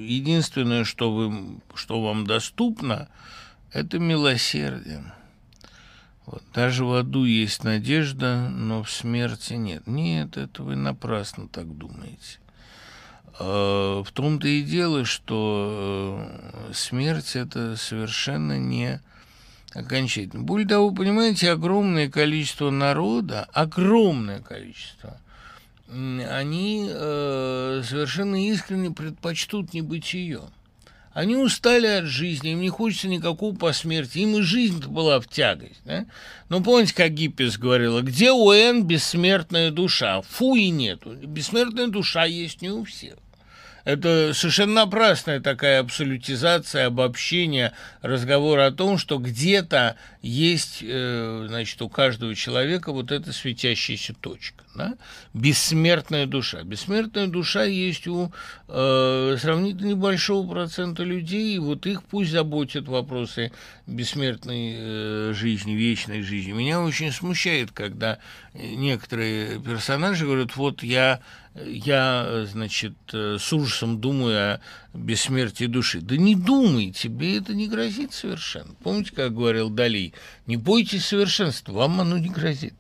единственное, что вам доступно, это милосердие. Вот. Даже в аду есть надежда, но в смерти нет. Нет, это вы напрасно так думаете. В том-то и дело, что смерть – это совершенно не окончательно. Более того, понимаете, огромное количество народа, огромное количество, они совершенно искренне предпочтут небытие. Они устали от жизни, им не хочется никакого посмертия, им и жизнь-то была в тягость. Да? Но помните, как Гиппиус говорила, где у Н бессмертная душа? Фу, и нету. Бессмертная душа есть не у всех. Это совершенно напрасная такая абсолютизация, обобщение разговора о том, что где-то есть, значит, у каждого человека вот эта светящаяся точка. Да? Бессмертная душа. Бессмертная душа есть у сравнительно небольшого процента людей, и вот их пусть заботят вопросы бессмертной жизни, вечной жизни. Меня очень смущает, когда некоторые персонажи говорят, вот я, значит, с ужасом думаю о бессмертии души. Да не думай, тебе это не грозит совершенно. Помните, как говорил Дали, не бойтесь совершенства, вам оно не грозит.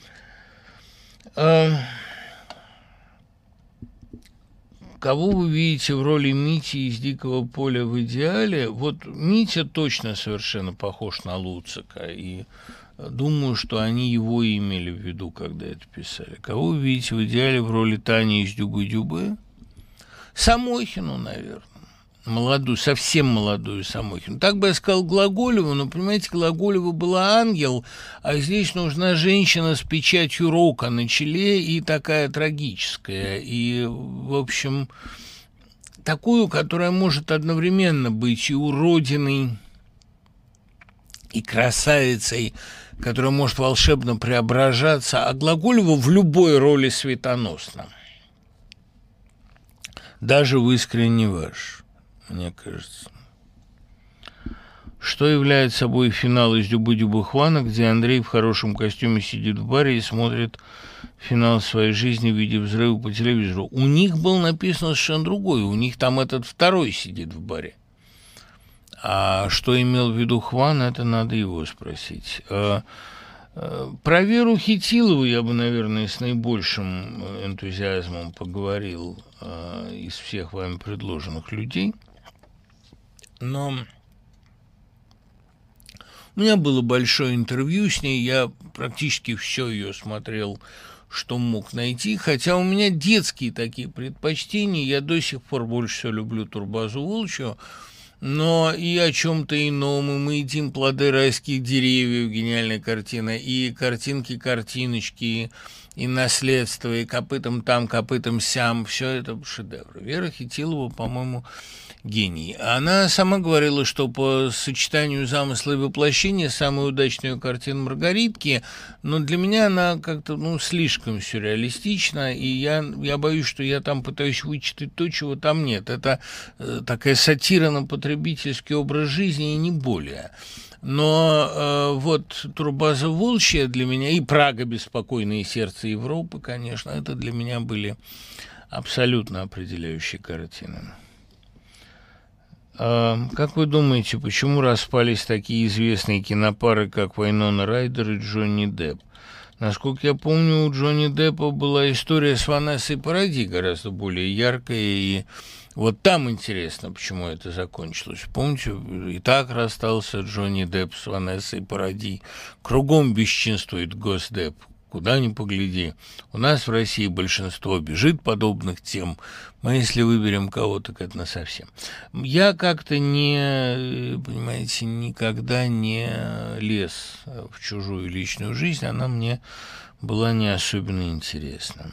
Кого вы видите в роли Мити из «Дикого поля» в идеале? Вот Митя точно совершенно похож на Луцика, и думаю, что они его имели в виду, когда это писали. Кого вы видите в идеале в роли Тани из «Дюбы-Дюбы»? Самохину, наверное. Молодую, совсем молодую Самохину. Так бы я сказал Глаголеву, но, понимаете, Глаголева была ангел, а здесь нужна женщина с печатью рока на челе и такая трагическая. И, в общем, такую, которая может одновременно быть и уродиной, и красавицей, которая может волшебно преображаться, а Глаголева в любой роли светоносна. Даже в «Искренне ваш», мне кажется. Что является собой финал из «Дюбы-Дюбы Хвана», где Андрей в хорошем костюме сидит в баре и смотрит финал своей жизни в виде взрыва по телевизору. У них был написано совершенно другое. У них там этот второй сидит в баре. А что имел в виду Хван, это надо его спросить. Про Веру Хитилову я бы, наверное, с наибольшим энтузиазмом поговорил из всех вами предложенных людей. Но у меня было большое интервью с ней, я практически все ее смотрел, что мог найти, хотя у меня детские такие предпочтения, я до сих пор больше всего люблю Турбазу Волчью, но и о чем-то ином, и мы едим плоды райских деревьев, гениальная картина, и картинки-картиночки, и наследство, и копытом там, копытом сям, все это шедевр. Вера Хитилова, по-моему, гений. Она сама говорила, что по сочетанию замысла и воплощения самая удачная ее картина «Маргаритки», но для меня она как-то, слишком сюрреалистична, и я боюсь, что я там пытаюсь вычитать то, чего там нет. Это такая сатира на потребительский образ жизни и не более. Но вот «Турбаза Волчья» для меня, и «Прага. Беспокойное сердце Европы», конечно, это для меня были абсолютно определяющие картины. Как вы думаете, почему распались такие известные кинопары, как Вайнона Райдер и Джонни Депп? Насколько я помню, у Джонни Деппа была история с Ванессой Паради гораздо более яркая, и вот там интересно, почему это закончилось. Помните, и так расстался Джонни Депп с Ванессой Паради. Кругом бесчинствует Госдепп. Куда ни погляди. У нас в России большинство бежит подобных тем. Мы, если выберем кого-то, так это насовсем. Я как-то понимаете, никогда не лез в чужую личную жизнь. Она мне была не особенно интересна.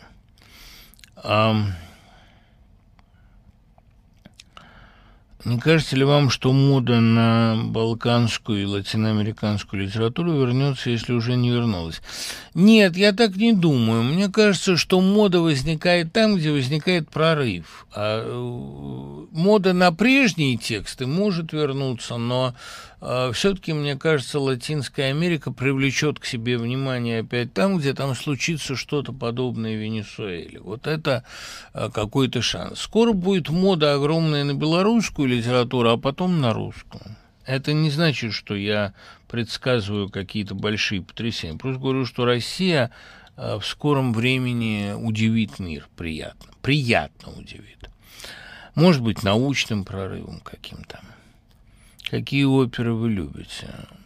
Не кажется ли вам, что мода на балканскую и латиноамериканскую литературу вернется, если уже не вернулась? Нет, я так не думаю. Мне кажется, что мода возникает там, где возникает прорыв. А мода на прежние тексты может вернуться, но все-таки, мне кажется, Латинская Америка привлечет к себе внимание опять там, где там случится что-то подобное Венесуэле. Вот это какой-то шанс. Скоро будет мода огромная на белорусскую литературу, а потом на русскую. Это не значит, что я предсказываю какие-то большие потрясения. Просто говорю, что Россия в скором времени удивит мир приятно. Приятно удивит. Может быть, научным прорывом каким-то. Какие оперы вы любите?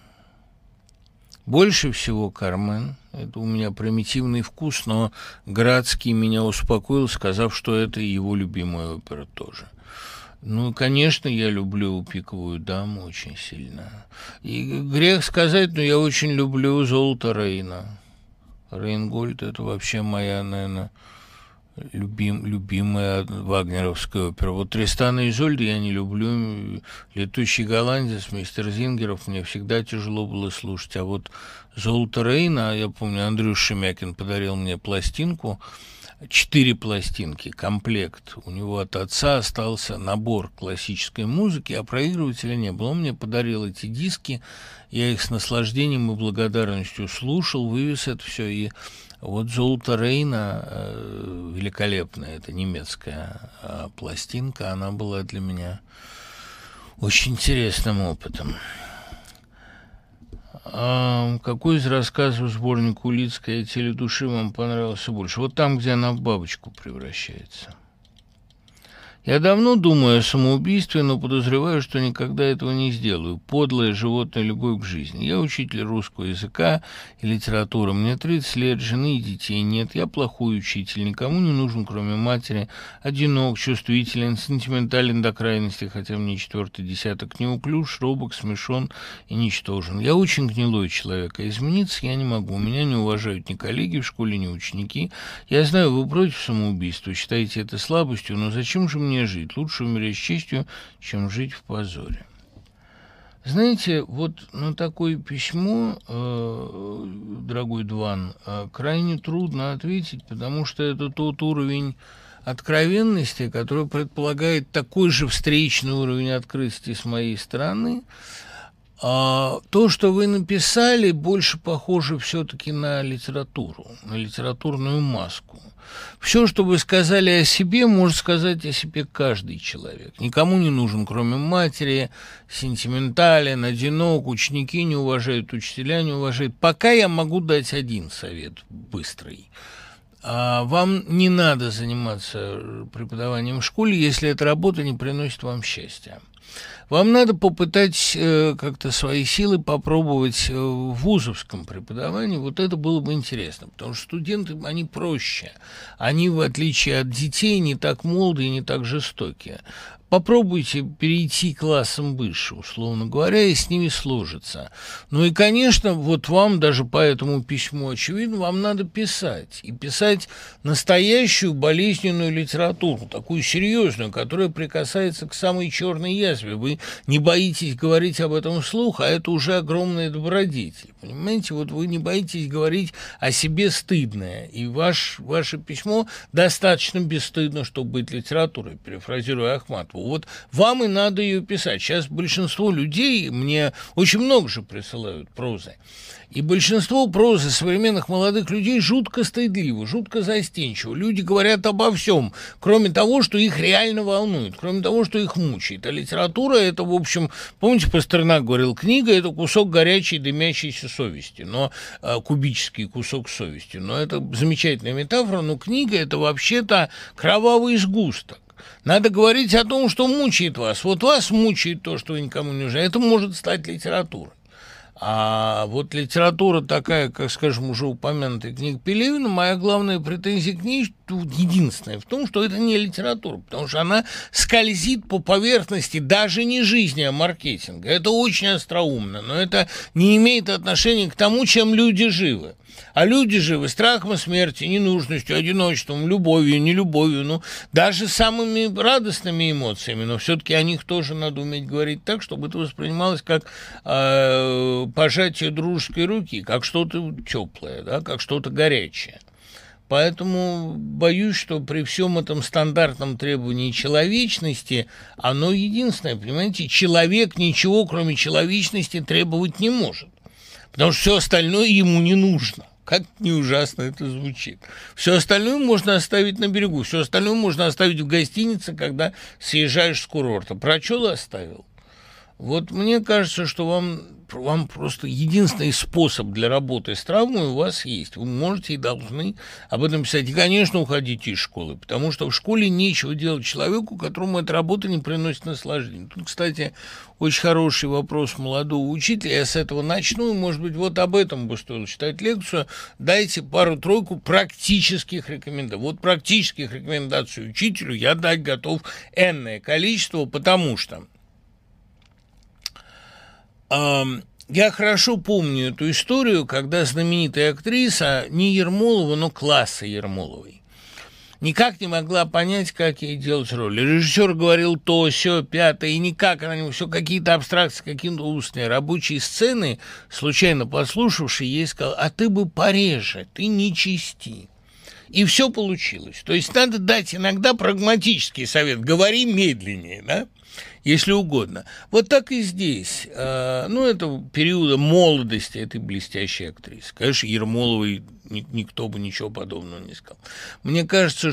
Больше всего «Кармен». Это у меня примитивный вкус, но Градский меня успокоил, сказав, что это его любимая опера тоже. Ну, конечно, я люблю «Пиковую даму» очень сильно. И грех сказать, но я очень люблю «Золото Рейна». Рейнгольд – это вообще моя, наверное, любимая вагнеровская опера. Вот «Тристана и Изольда» я не люблю. «Летучий голландец», «Мистер Зингеров» мне всегда тяжело было слушать. А вот «Золото Рейна», я помню, Андрюш Шемякин подарил мне пластинку, 4 пластинки, комплект. У него от отца остался набор классической музыки, а проигрывателя не было. Он мне подарил эти диски, я их с наслаждением и благодарностью слушал, вывез это все. И вот «Золото Рейна» великолепная, это немецкая пластинка, она была для меня очень интересным опытом. Какой из рассказов сборника Улицкой о теле души вам понравился больше? Вот там, где она в бабочку превращается. Я давно думаю о самоубийстве, но подозреваю, что никогда этого не сделаю. Подлая животная любовь к жизни. Я учитель русского языка и литературы. Мне 30 лет, жены и детей нет. Я плохой учитель, никому не нужен, кроме матери. Одинок, чувствителен, сентиментален до крайности, хотя мне 4-й десяток, неуклюж, робок, смешон и ничтожен. Я очень гнилой человек, а измениться я не могу. Меня не уважают ни коллеги в школе, ни ученики. Я знаю, вы против самоубийства, считаете это слабостью, но зачем же мне жить? Лучше умереть с честью, чем жить в позоре. Знаете, вот на такое письмо, дорогой Дван, крайне трудно ответить, потому что это тот уровень откровенности, который предполагает такой же встречный уровень открытости с моей стороны. А то, что вы написали, больше похоже все-таки на литературу, на литературную маску. Все, что вы сказали о себе, может сказать о себе каждый человек. Никому не нужен, кроме матери, сентиментален, одинок, ученики не уважают, учителя не уважают. Пока я могу дать один совет, быстрый. Вам не надо заниматься преподаванием в школе, если эта работа не приносит вам счастья. Вам надо попытать как-то свои силы попробовать в вузовском преподавании. Вот это было бы интересно, потому что студенты, они проще. Они, в отличие от детей, не так молоды и не так жестокие. Попробуйте перейти классом выше, условно говоря, и с ними сложиться. Ну и, конечно, вот вам даже по этому письму, очевидно, вам надо писать. И писать настоящую болезненную литературу, такую серьезную, которая прикасается к самой черной язве. Вы не боитесь говорить об этом вслух, а это уже огромная добродетель. Понимаете, вот вы не боитесь говорить о себе стыдное. И ваше письмо достаточно бесстыдно, чтобы быть литературой, перефразируя Ахматову. Вот вам и надо ее писать. Сейчас большинство людей, мне очень много же присылают прозы, и большинство прозы современных молодых людей жутко стыдливо, жутко застенчиво. Люди говорят обо всем, кроме того, что их реально волнует, кроме того, что их мучает. А литература – это, в общем, помните, Пастернак говорил, книга – это кусок горячей дымящейся совести, но кубический кусок совести. Но это замечательная метафора, но книга – это вообще-то кровавый сгусток. Надо говорить о том, что мучает вас. Вот вас мучает то, что вы никому не нужны. Это может стать литературой. А вот литература такая, как, скажем, уже упомянутая книга Пелевина, моя главная претензия к ней единственная в том, что это не литература, потому что она скользит по поверхности даже не жизни, а маркетинга. Это очень остроумно, но это не имеет отношения к тому, чем люди живы. А люди живы страхом и смерти, ненужностью, одиночеством, любовью, нелюбовью, ну, даже самыми радостными эмоциями, но все-таки о них тоже надо уметь говорить так, чтобы это воспринималось как пожатие дружеской руки, как что-то теплое, да, как что-то горячее. Поэтому боюсь, что при всем этом стандартном требовании человечности оно единственное. Понимаете, человек ничего, кроме человечности, требовать не может, потому что все остальное ему не нужно. Как не ужасно это звучит. Все остальное можно оставить на берегу, все остальное можно оставить в гостинице, когда съезжаешь с курорта. Прочел и оставил. Вот мне кажется, что вам просто единственный способ для работы с травмой у вас есть. Вы можете и должны об этом писать. И, конечно, уходите из школы, потому что в школе нечего делать человеку, которому эта работа не приносит наслаждения. Тут, кстати, очень хороший вопрос молодого учителя. Я с этого начну, и, может быть, вот об этом бы стоило читать лекцию. Дайте пару-тройку практических рекомендаций. Вот практических рекомендаций учителю я дать готов энное количество, потому что я хорошо помню эту историю, когда знаменитая актриса, не Ермолова, но класса Ермоловой, никак не могла понять, как ей делать роль. Режиссер говорил то, сё, пятое, и никак она не... Все какие-то абстракции, какие-то устные рабочие сцены, случайно послушавший, ей сказал: а ты бы пореже, ты не чисти. И все получилось. То есть надо дать иногда прагматический совет. Говори медленнее, да? Если угодно. Вот так и здесь. Это периода молодости этой блестящей актрисы. Конечно, Ермоловой никто бы ничего подобного не сказал. Мне кажется,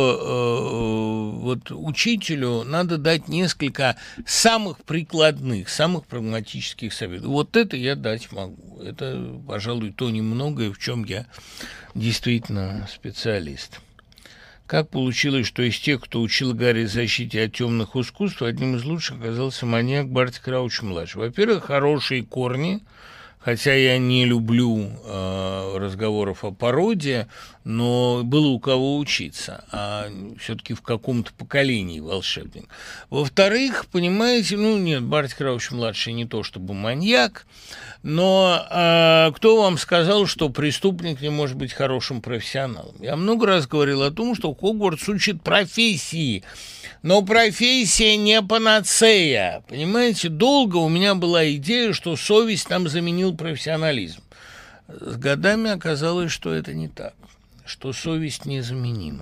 что вот учителю надо дать несколько самых прикладных, самых прагматических советов. Вот это я дать могу. Это, пожалуй, то немногое, в чем я действительно специалист. Как получилось, что из тех, кто учил Гарри защите от темных искусств, одним из лучших оказался маньяк Барти Крауч-младший? Во-первых, хорошие корни, хотя я не люблю разговоров о пародии, но было у кого учиться, а все-таки в каком-то поколении волшебник. Во-вторых, понимаете, нет, Барти Крауч-младший не то чтобы маньяк, но кто вам сказал, что преступник не может быть хорошим профессионалом? Я много раз говорил о том, что Хогвартс учит профессии, но профессия не панацея. Понимаете, долго у меня была идея, что совесть нам заменил профессионализм. С годами оказалось, что это не так, что совесть незаменима.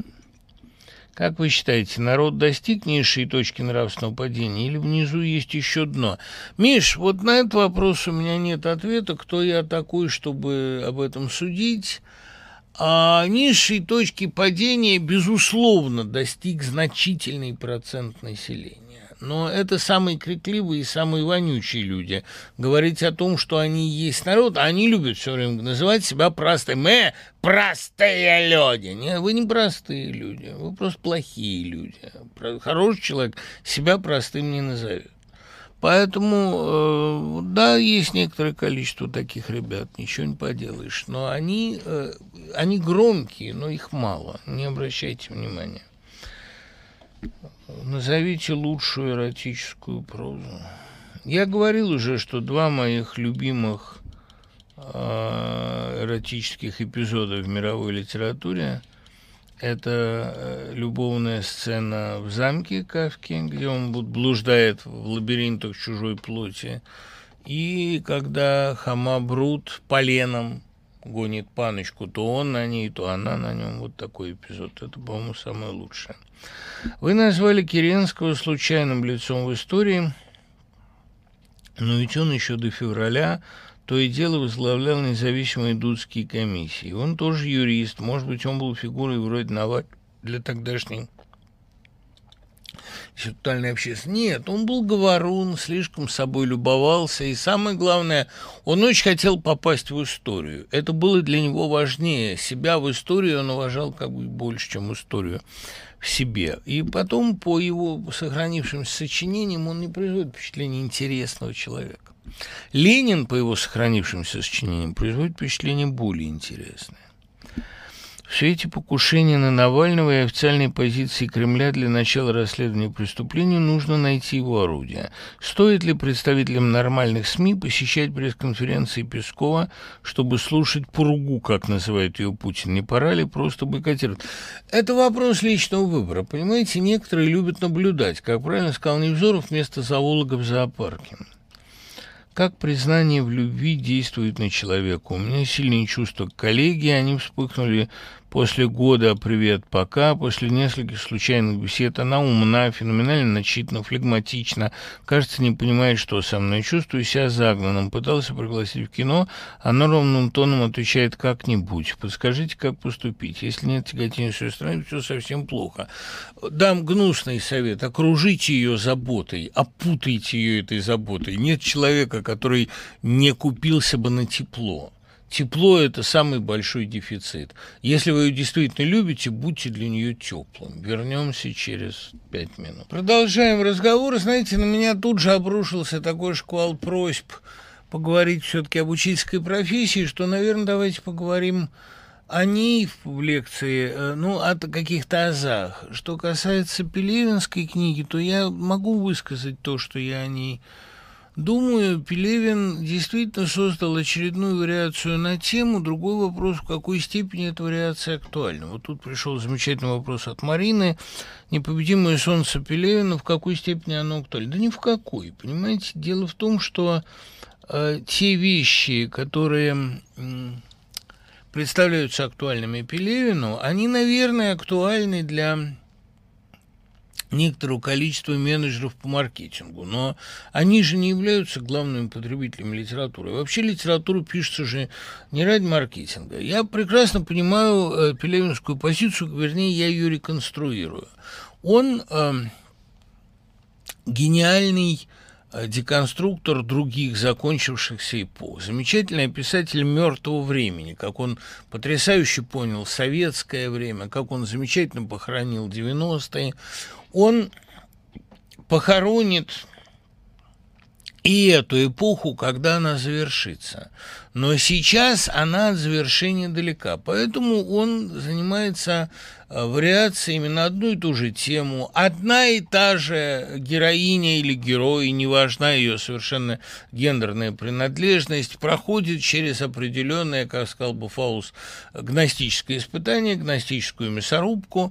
Как вы считаете, народ достиг низшей точки нравственного падения или внизу есть еще дно? Миш, вот на этот вопрос у меня нет ответа, кто я такой, чтобы об этом судить. А низшей точки падения, безусловно, достиг значительный процент населения. Но это самые крикливые и самые вонючие люди. Говорить о том, что они есть народ, они любят все время называть себя простыми. Мы простые люди. Нет, вы не простые люди, вы просто плохие люди. Хороший человек себя простым не назовет. Поэтому, да, есть некоторое количество таких ребят, ничего не поделаешь. Но они громкие, но их мало, не обращайте внимания. Назовите лучшую эротическую прозу. Я говорил уже, что два моих любимых эротических эпизода в мировой литературе – это любовная сцена в замке Кафки, где он блуждает в лабиринтах чужой плоти, и когда Хома Брут поленом гонит паночку, то он на ней, то она на нем. Вот такой эпизод. Это, по-моему, самое лучшее. Вы назвали Керенского случайным лицом в истории, но ведь он еще до февраля то и дело возглавлял независимые дудские комиссии. Он тоже юрист, может быть, он был фигурой вроде Навального для тогдашней интеллектуальной общественности. Нет, он был говорун, слишком собой любовался, и самое главное, он очень хотел попасть в историю. Это было для него важнее. Себя в историю он уважал как бы больше, чем историю в себе. И потом, по его сохранившимся сочинениям, он не производит впечатление интересного человека. Ленин, по его сохранившимся сочинениям, производит впечатление более интересное. В свете покушения на Навального и официальной позиции Кремля для начала расследования преступления нужно найти его орудие. Стоит ли представителям нормальных СМИ посещать пресс-конференции Пескова, чтобы слушать поругу, как называет ее Путин? Не пора ли просто бойкотировать? Это вопрос личного выбора. Понимаете, некоторые любят наблюдать. Как правильно сказал Невзоров, вместо зоолога в зоопарке. Как признание в любви действует на человека? У меня сильные чувства к коллеге, они вспыхнули После года «Привет, пока», после нескольких случайных бесед она умна, феноменально начитана, флегматична, кажется, не понимает, что со мной. Чувствую себя загнанным. Пытался пригласить в кино, она ровным тоном отвечает «как-нибудь». Подскажите, как поступить? Если нет тяготения с ее стороны, все совсем плохо. Дам гнусный совет. Окружите ее заботой, опутайте ее этой заботой. Нет человека, который не купился бы на тепло. Тепло – это самый большой дефицит. Если вы ее действительно любите, будьте для нее теплым. Вернемся через 5 минут. Продолжаем разговор. Знаете, на меня тут же обрушился такой шквал просьб поговорить все-таки об учительской профессии, что, наверное, давайте поговорим о ней в лекции, о каких-то азах. Что касается Пелевинской книги, то я могу высказать то, что я о ней думаю. Пелевин действительно создал очередную вариацию на тему. Другой вопрос, в какой степени эта вариация актуальна. Вот тут пришел замечательный вопрос от Марины. «Непобедимое солнце Пелевина, в какой степени оно актуально?» Да ни в какой. Понимаете, дело в том, что те вещи, которые представляются актуальными Пелевину, они, наверное, актуальны для некоторого количества менеджеров по маркетингу, но они же не являются главными потребителями литературы. Вообще литература пишется же не ради маркетинга. Я прекрасно понимаю пелевинскую позицию, вернее, я ее реконструирую. Он гениальный деконструктор других закончившихся эпох. Замечательный писатель мертвого времени, как он потрясающе понял советское время, как он замечательно похоронил 90-е. Он похоронит и эту эпоху, когда она завершится. Но сейчас она от завершения далека. Поэтому он занимается вариациями на одну и ту же тему. Одна и та же героиня или герой, неважна ее совершенно гендерная принадлежность, проходит через определенное, как сказал бы Фаус, гностическое испытание, гностическую мясорубку,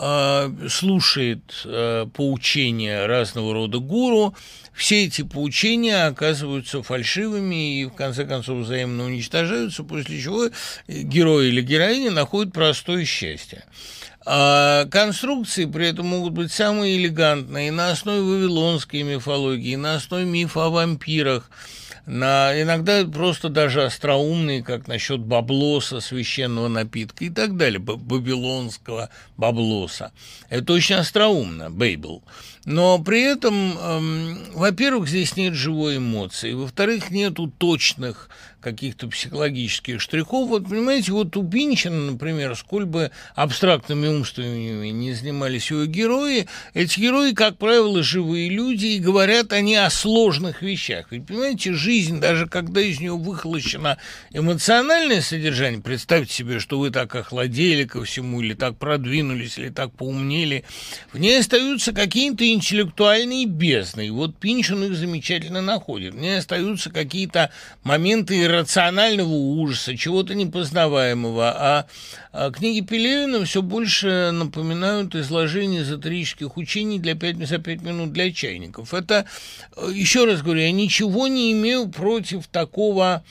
слушает поучения разного рода гуру. Все эти поучения оказываются фальшивыми и, в конце концов, взаимно уничтожаются, после чего герой или героиня находят простое счастье. Конструкции при этом могут быть самые элегантные, на основе вавилонской мифологии, на основе мифа о вампирах, иногда просто даже остроумные, как насчет баблоса, священного напитка и так далее, бабилонского баблоса. Это очень остроумно, бейбл. Но при этом, во-первых, здесь нет живой эмоции, во-вторых, нету точных каких-то психологических штрихов. Вот, понимаете, вот у Пинчина, например, сколь бы абстрактными умствованиями не занимались его герои, эти герои, как правило, живые люди, и говорят они о сложных вещах. Ведь, понимаете, жизнь, даже когда из нее выхолощено эмоциональное содержание, представьте себе, что вы так охладели ко всему, или так продвинулись, или так поумнели, в ней остаются какие-то интеллектуальные бездны. И вот Пинчин их замечательно находит. В ней остаются какие-то моменты иррационального ужаса, чего-то непознаваемого. А книги Пелевина все больше напоминают изложение эзотерических учений за 5 минут для чайников. Это, еще раз говорю, я ничего не имею против такого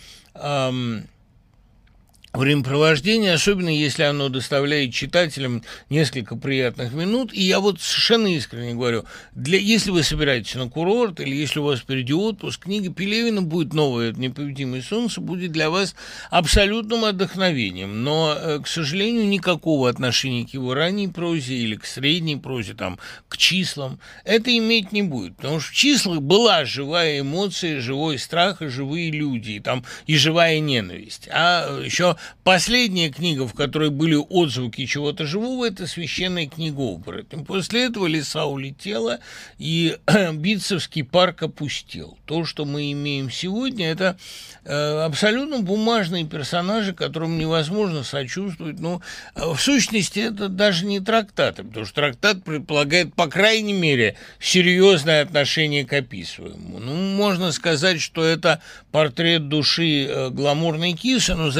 времяпровождение, особенно если оно доставляет читателям несколько приятных минут. И я вот совершенно искренне говорю, если вы собираетесь на курорт или если у вас впереди отпуск, книга Пелевина будет новая, «Непобедимое солнце», будет для вас абсолютным отдохновением. Но, к сожалению, никакого отношения к его ранней прозе или к средней прозе, к числам, это иметь не будет. Потому что в числах была живая эмоция, живой страх и живые люди, и живая ненависть. А еще последняя книга, в которой были отзвуки чего-то живого, это «Священная книга оборотней». После этого лиса улетела, и Битцевский парк опустел. То, что мы имеем сегодня, это абсолютно бумажные персонажи, которым невозможно сочувствовать. Но в сущности это даже не трактаты, потому что трактат предполагает, по крайней мере, серьезное отношение к описываемому. Можно сказать, что это портрет души гламурной кисы, но зачем описывать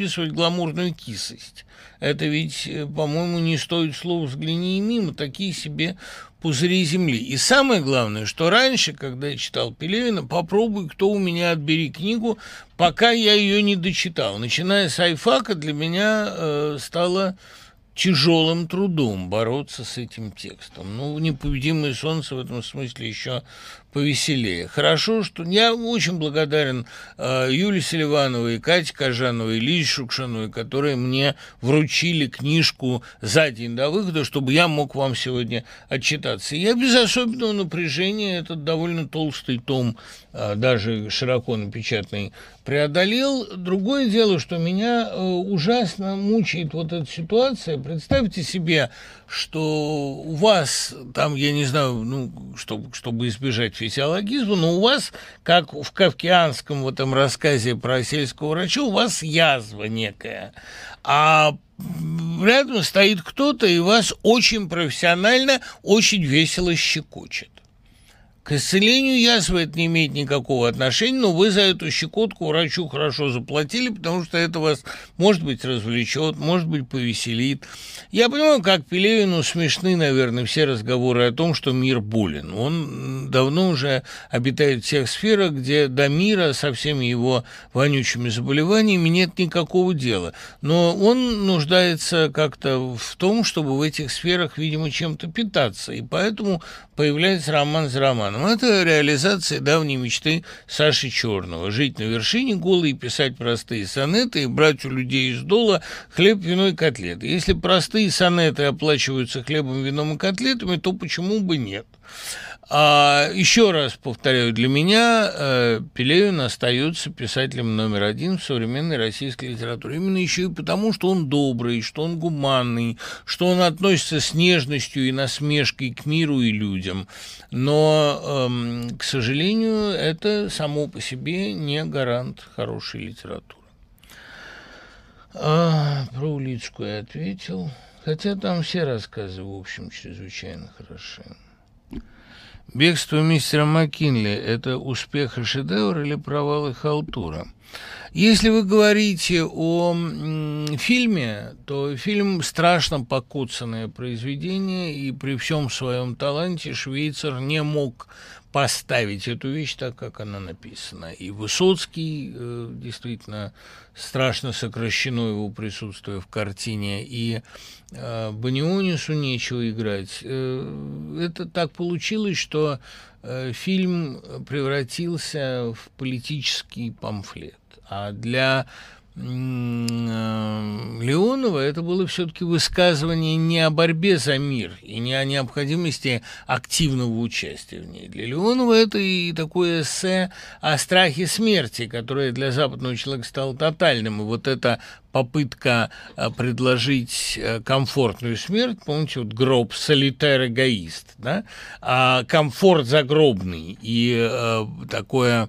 описывать гламурную кисость. Это ведь, по-моему, не стоит слов «взгляни и мимо», такие себе пузыри земли. И самое главное, что раньше, когда я читал Пелевина, попробуй, кто у меня отбери книгу, пока я ее не дочитал. Начиная с айфака, для меня стало тяжелым трудом бороться с этим текстом. Ну, «Непобедимое солнце» в этом смысле еще повеселее. Хорошо, что я очень благодарен Юлии Селивановой, Кате Кожановой, Лизе Шукшиновой, которые мне вручили книжку за день до выхода, чтобы я мог вам сегодня отчитаться. И я без особенного напряжения этот довольно толстый том, даже широко напечатанный, преодолел. Другое дело, что меня ужасно мучает вот эта ситуация. Представьте себе, что у вас там, я не знаю, ну, чтобы избежать физиологизма, но у вас, как в кавкианском в этом рассказе про сельского врача, у вас язва некая, а рядом стоит кто-то и вас очень профессионально, очень весело щекочет. К исцелению язвы это не имеет никакого отношения, но вы за эту щекотку врачу хорошо заплатили, потому что это вас, может быть, развлечет, может быть, повеселит. Я понимаю, как Пелевину смешны, наверное, все разговоры о том, что мир болен. Он давно уже обитает в тех сферах, где до мира со всеми его вонючими заболеваниями нет никакого дела. Но он нуждается как-то в том, чтобы в этих сферах, видимо, чем-то питаться, и поэтому появляется роман за романом. Это реализация давней мечты Саши Черного. Жить на вершине голой и писать простые сонеты и брать у людей из дола хлеб, вино и котлеты. Если простые сонеты оплачиваются хлебом, вином и котлетами, то почему бы нет? Еще раз повторяю, для меня Пелевин остается писателем номер один в современной российской литературе. Именно еще и потому, что он добрый, что он гуманный, что он относится с нежностью и насмешкой к миру и людям. Но, к сожалению, это само по себе не гарант хорошей литературы. Про Улицкую я ответил, хотя там все рассказы, в общем, чрезвычайно хороши. «Бегство мистера Маккинли» – это успех и шедевр или провал и халтура? Если вы говорите о фильме, то фильм страшно покоцанное произведение, и при всем своем таланте Швейцар не мог поставить эту вещь так, как она написана. И Высоцкий, действительно, страшно сокращено его присутствие в картине, и Банионису нечего играть. Это так получилось, что фильм превратился в политический памфлет. А для Леонова это было все-таки высказывание не о борьбе за мир и не о необходимости активного участия в ней. Для Леонова это и такое эссе о страхе смерти, которое для западного человека стало тотальным. И вот эта попытка предложить комфортную смерть, помните, вот гроб солитер эгоист, да? А комфорт загробный и такое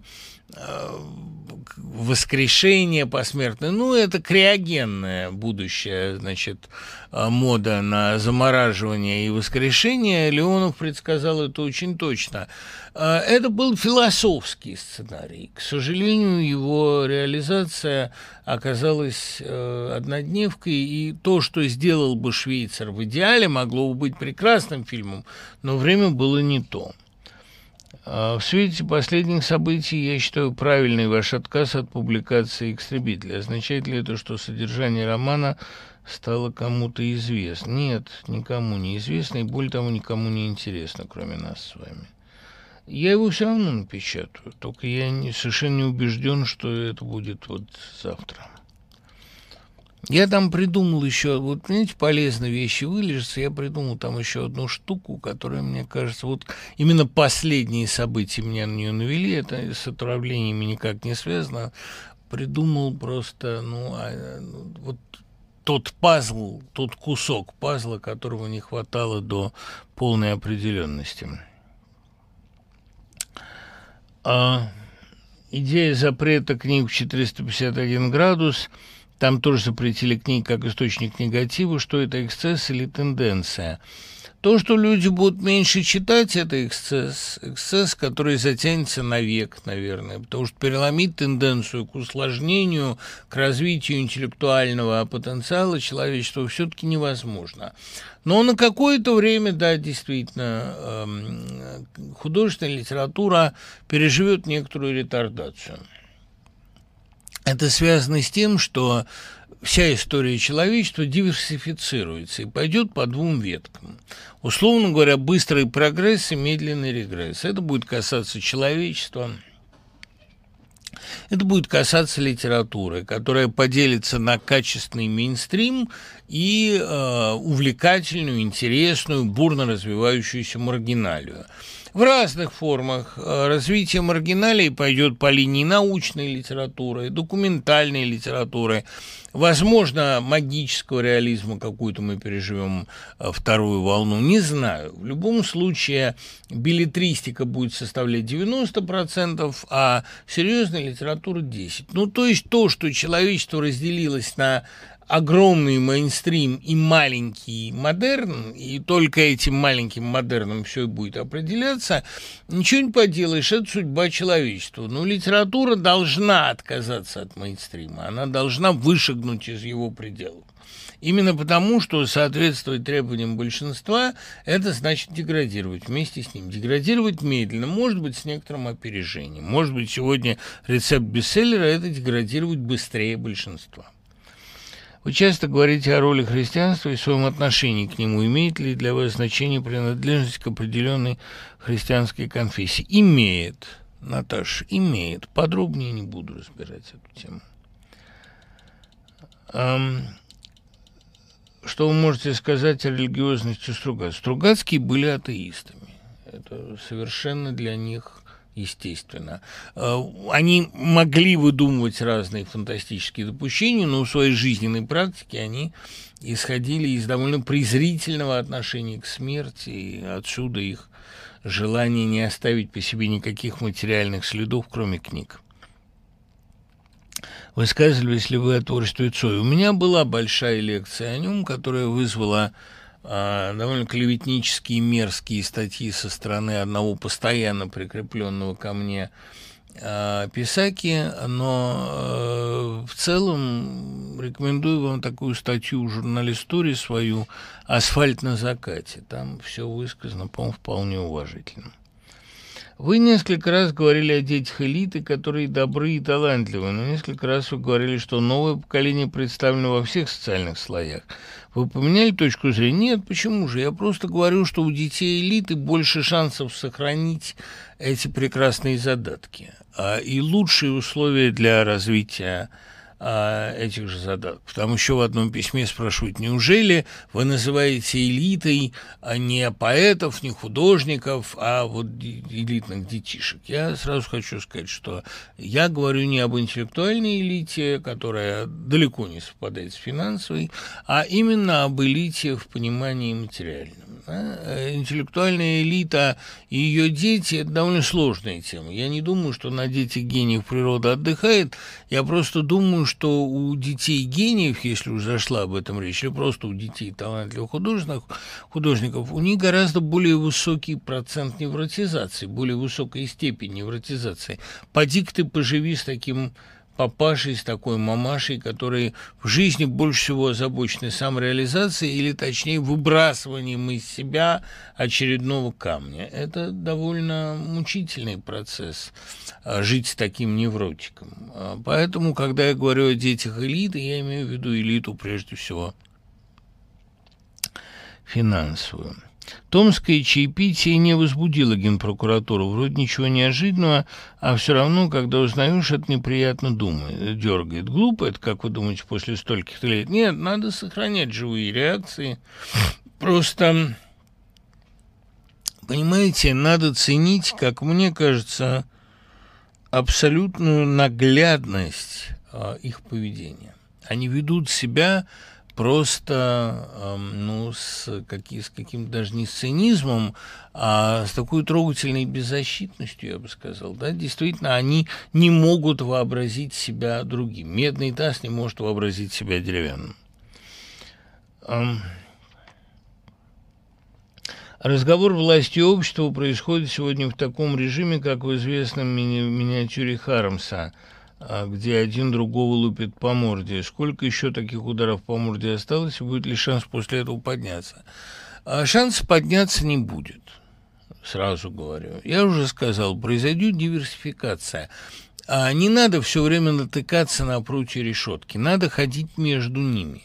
воскрешение посмертное, ну, это криогенная будущая, значит, мода на замораживание и воскрешение. Леонов предсказал это очень точно. Это был философский сценарий. К сожалению, его реализация оказалась однодневкой, и то, что сделал бы Швейцар в идеале, могло бы быть прекрасным фильмом, но время было не то. В свете последних событий я считаю правильный ваш отказ от публикации «Истребителя». Означает ли это, что содержание романа стало кому-то известно? Нет, никому не известно, и более того, никому не интересно, кроме нас с вами. Я его все равно напечатаю, только я совершенно не убежден, что это будет вот завтра. Я там придумал еще, вот, понимаете, полезные вещи вылежатся, я придумал там еще одну штуку, которая, мне кажется, вот именно последние события меня на нее навели, это с отравлениями никак не связано, придумал просто, вот тот пазл, тот кусок пазла, которого не хватало до полной определенности. Идея запрета книг в 451 градус Там тоже запретили книги как источник негатива, что это эксцесс или тенденция. То, что люди будут меньше читать, это эксцесс, который затянется навек, наверное, потому что переломить тенденцию к усложнению, к развитию интеллектуального потенциала человечества все-таки невозможно. Но на какое-то время, да, действительно, художественная литература переживет некоторую ретардацию. Это связано с тем, что вся история человечества диверсифицируется и пойдет по двум веткам. Условно говоря, быстрый прогресс и медленный регресс. Это будет касаться человечества. Это будет касаться литературы, которая поделится на качественный мейнстрим и увлекательную, интересную, бурно развивающуюся маргиналию. В разных формах развитие маргиналии пойдет по линии научной литературы, документальной литературы, возможно, магического реализма какую-то мы переживем вторую волну, не знаю. В любом случае беллетристика будет составлять 90%, а серьезная литература 10%. Ну, то есть то, что человечество разделилось на огромный мейнстрим и маленький модерн, и только этим маленьким модерном все и будет определяться, ничего не поделаешь, это судьба человечества. Но литература должна отказаться от мейнстрима, она должна вышагнуть из его пределов. Именно потому, что соответствовать требованиям большинства, это значит деградировать вместе с ним. Деградировать медленно, может быть, с некоторым опережением. Может быть, сегодня рецепт бестселлера – это деградировать быстрее большинства. Вы часто говорите о роли христианства и своем отношении к нему. Имеет ли для вас значение принадлежность к определенной христианской конфессии? Имеет, Наташа, имеет. Подробнее не буду разбирать эту тему. Что вы можете сказать о религиозности Стругацких? Стругацкие были атеистами. Это совершенно для них естественно. Они могли выдумывать разные фантастические допущения, но в своей жизненной практике они исходили из довольно презрительного отношения к смерти, и отсюда их желание не оставить по себе никаких материальных следов, кроме книг. Высказывались ли вы о творчестве Цоя? У меня была большая лекция о нем, которая вызвала довольно клеветнические мерзкие статьи со стороны одного постоянно прикрепленного ко мне писаки, но в целом рекомендую вам такую статью «Журналистуре» свою «Асфальт на закате». Там все высказано, по-моему, вполне уважительно. Вы несколько раз говорили о детях элиты, которые добры и талантливы, но несколько раз вы говорили, что новое поколение представлено во всех социальных слоях. Вы поменяли точку зрения? Нет, почему же? Я просто говорю, что у детей элиты больше шансов сохранить эти прекрасные задатки и лучшие условия для развития этих же задатков. Там еще в одном письме спрашивают, неужели вы называете элитой не поэтов, не художников, а вот элитных детишек? Я сразу хочу сказать, что я говорю не об интеллектуальной элите, которая далеко не совпадает с финансовой, а именно об элите в понимании материальном. Интеллектуальная элита и ее дети – это довольно сложная тема. Я не думаю, что на детях гениев природа отдыхает. Я просто думаю, что у детей гениев, если уж зашла об этом речь, или просто у детей талантливых художников, у них гораздо более высокий процент невротизации, более высокая степень невротизации. Поди-ка ты поживи с таким папашей, с такой мамашей, которые в жизни больше всего озабочены самореализацией или, точнее, выбрасыванием из себя очередного камня. Это довольно мучительный процесс жить с таким невротиком. Поэтому, когда я говорю о детях элиты, я имею в виду элиту, прежде всего, финансовую. Томское чаепитие не возбудило Генпрокуратуру. Вроде ничего неожиданного, а все равно, когда узнаешь, это неприятно дергает. Глупо это, как вы думаете, после стольких лет? Нет, надо сохранять живые реакции. Просто, понимаете, надо ценить, как мне кажется, абсолютную наглядность их поведения. Они ведут себя просто, с каким-то даже не с цинизмом, а с такой трогательной беззащитностью, я бы сказал. Да? Действительно, они не могут вообразить себя другим. Медный таз не может вообразить себя деревянным. Разговор власти и общества происходит сегодня в таком режиме, как в известном миниатюре Хармса, где один другого лупит по морде. Сколько еще таких ударов по морде осталось, и будет ли шанс после этого подняться? Шанса подняться не будет, сразу говорю. Я уже сказал, произойдет диверсификация. Не надо все время натыкаться на прутья решетки, надо ходить между ними.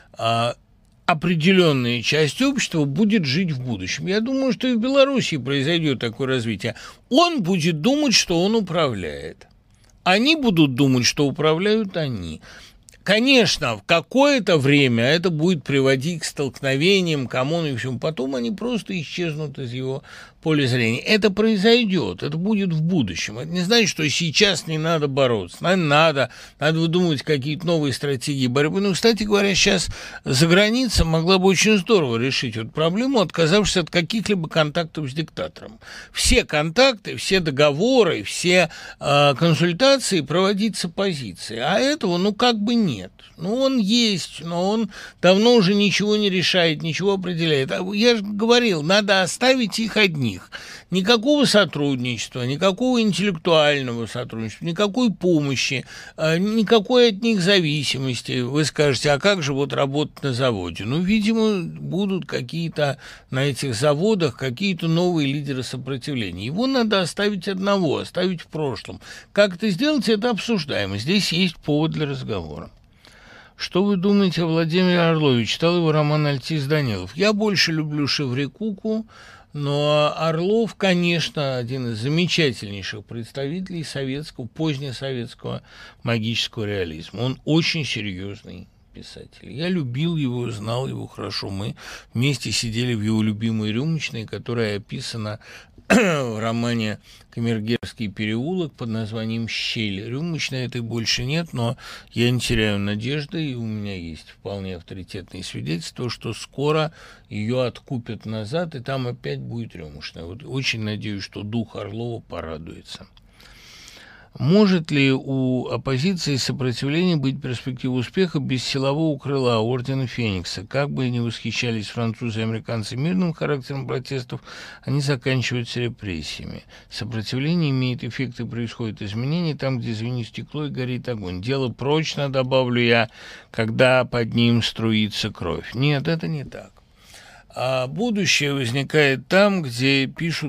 Определенная часть общества будет жить в будущем. Я думаю, что и в Беларуси произойдет такое развитие. Он будет думать, что он управляет. Они будут думать, что управляют они. Конечно, в какое-то время это будет приводить к столкновениям, к ОМОНу и всему. Потом они просто исчезнут из его поля зрения. Это произойдет, это будет в будущем. Это не значит, что сейчас не надо бороться. Надо выдумывать какие-то новые стратегии борьбы. Ну, кстати говоря, сейчас за граница могла бы очень здорово решить эту проблему, отказавшись от каких-либо контактов с диктатором. Все контакты, все договоры, все консультации проводить с оппозицией. А этого, как бы нет. Он есть, но он давно уже ничего не решает, ничего определяет. Я же говорил, надо оставить их одних. Никакого сотрудничества, никакого интеллектуального сотрудничества, никакой помощи, никакой от них зависимости. Вы скажете, а как же работать на заводе? Видимо, будут какие-то на этих заводах какие-то новые лидеры сопротивления. Его надо оставить одного, оставить в прошлом. Как это сделать, это обсуждаемо. Здесь есть повод для разговора. Что вы думаете о Владимире Орлове? Читал его роман «Альтис Данилов». Я больше люблю Шеврикуку, но Орлов, конечно, один из замечательнейших представителей позднесоветского магического реализма. Он очень серьезный писатель. Я любил его, знал его хорошо. Мы вместе сидели в его любимой рюмочной, которая описана в романе «Камергерский переулок» под названием «Щель». Рюмочной этой больше нет, но я не теряю надежды, и у меня есть вполне авторитетные свидетельства, что скоро ее откупят назад, и там опять будет рюмочная. Очень надеюсь, что дух Орлова порадуется. Может ли у оппозиции и сопротивления быть перспектива успеха без силового крыла Ордена Феникса? Как бы ни восхищались французы и американцы мирным характером протестов, они заканчиваются репрессиями. Сопротивление имеет эффект и происходит изменения там, где звенит стекло и горит огонь. Дело прочно, добавлю я, когда под ним струится кровь. Нет, это не так. А будущее возникает там, где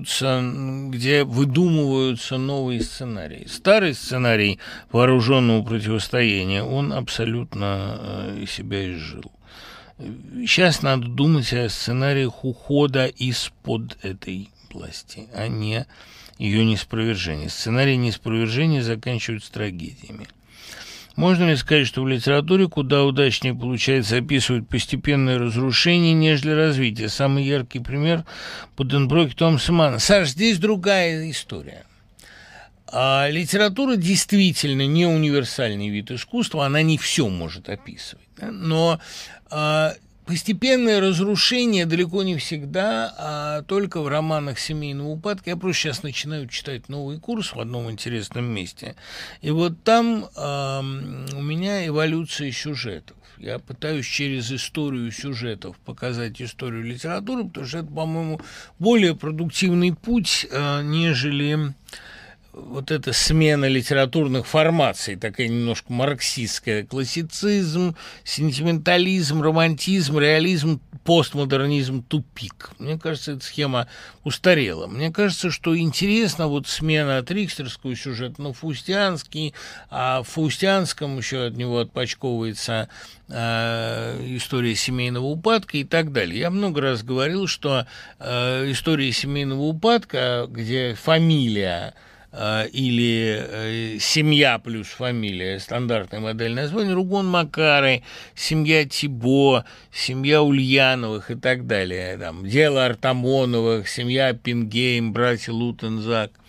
выдумываются новые сценарии. Старый сценарий вооруженного противостояния, он абсолютно себя изжил. Сейчас надо думать о сценариях ухода из-под этой власти, а не ее неспровержения. Сценарии неспровержения заканчиваются трагедиями. Можно ли сказать, что в литературе куда удачнее получается описывать постепенное разрушение, нежели развитие? Самый яркий пример – Буденброк и Томас Манн. Саш, здесь другая история. Литература действительно не универсальный вид искусства, она не все может описывать. Да? Но постепенное разрушение далеко не всегда, а только в романах семейного упадка. Я просто сейчас начинаю читать новый курс в одном интересном месте. И там у меня эволюция сюжетов. Я пытаюсь через историю сюжетов показать историю литературы, потому что это, по-моему, более продуктивный путь, нежели эта смена литературных формаций, такая немножко марксистская: классицизм, сентиментализм, романтизм, реализм, постмодернизм, тупик. Мне кажется, эта схема устарела. Мне кажется, что интересна смена трикстерского сюжета на фаустианский, а в фаустианском еще от него отпочковывается история семейного упадка и так далее. Я много раз говорил, что история семейного упадка, где фамилия или семья плюс фамилия, стандартная модель названия, Ругон Макары, семья Тибо, семья Ульяновых и так далее, дело Артамоновых, семья Пингейм, братья Лутензак.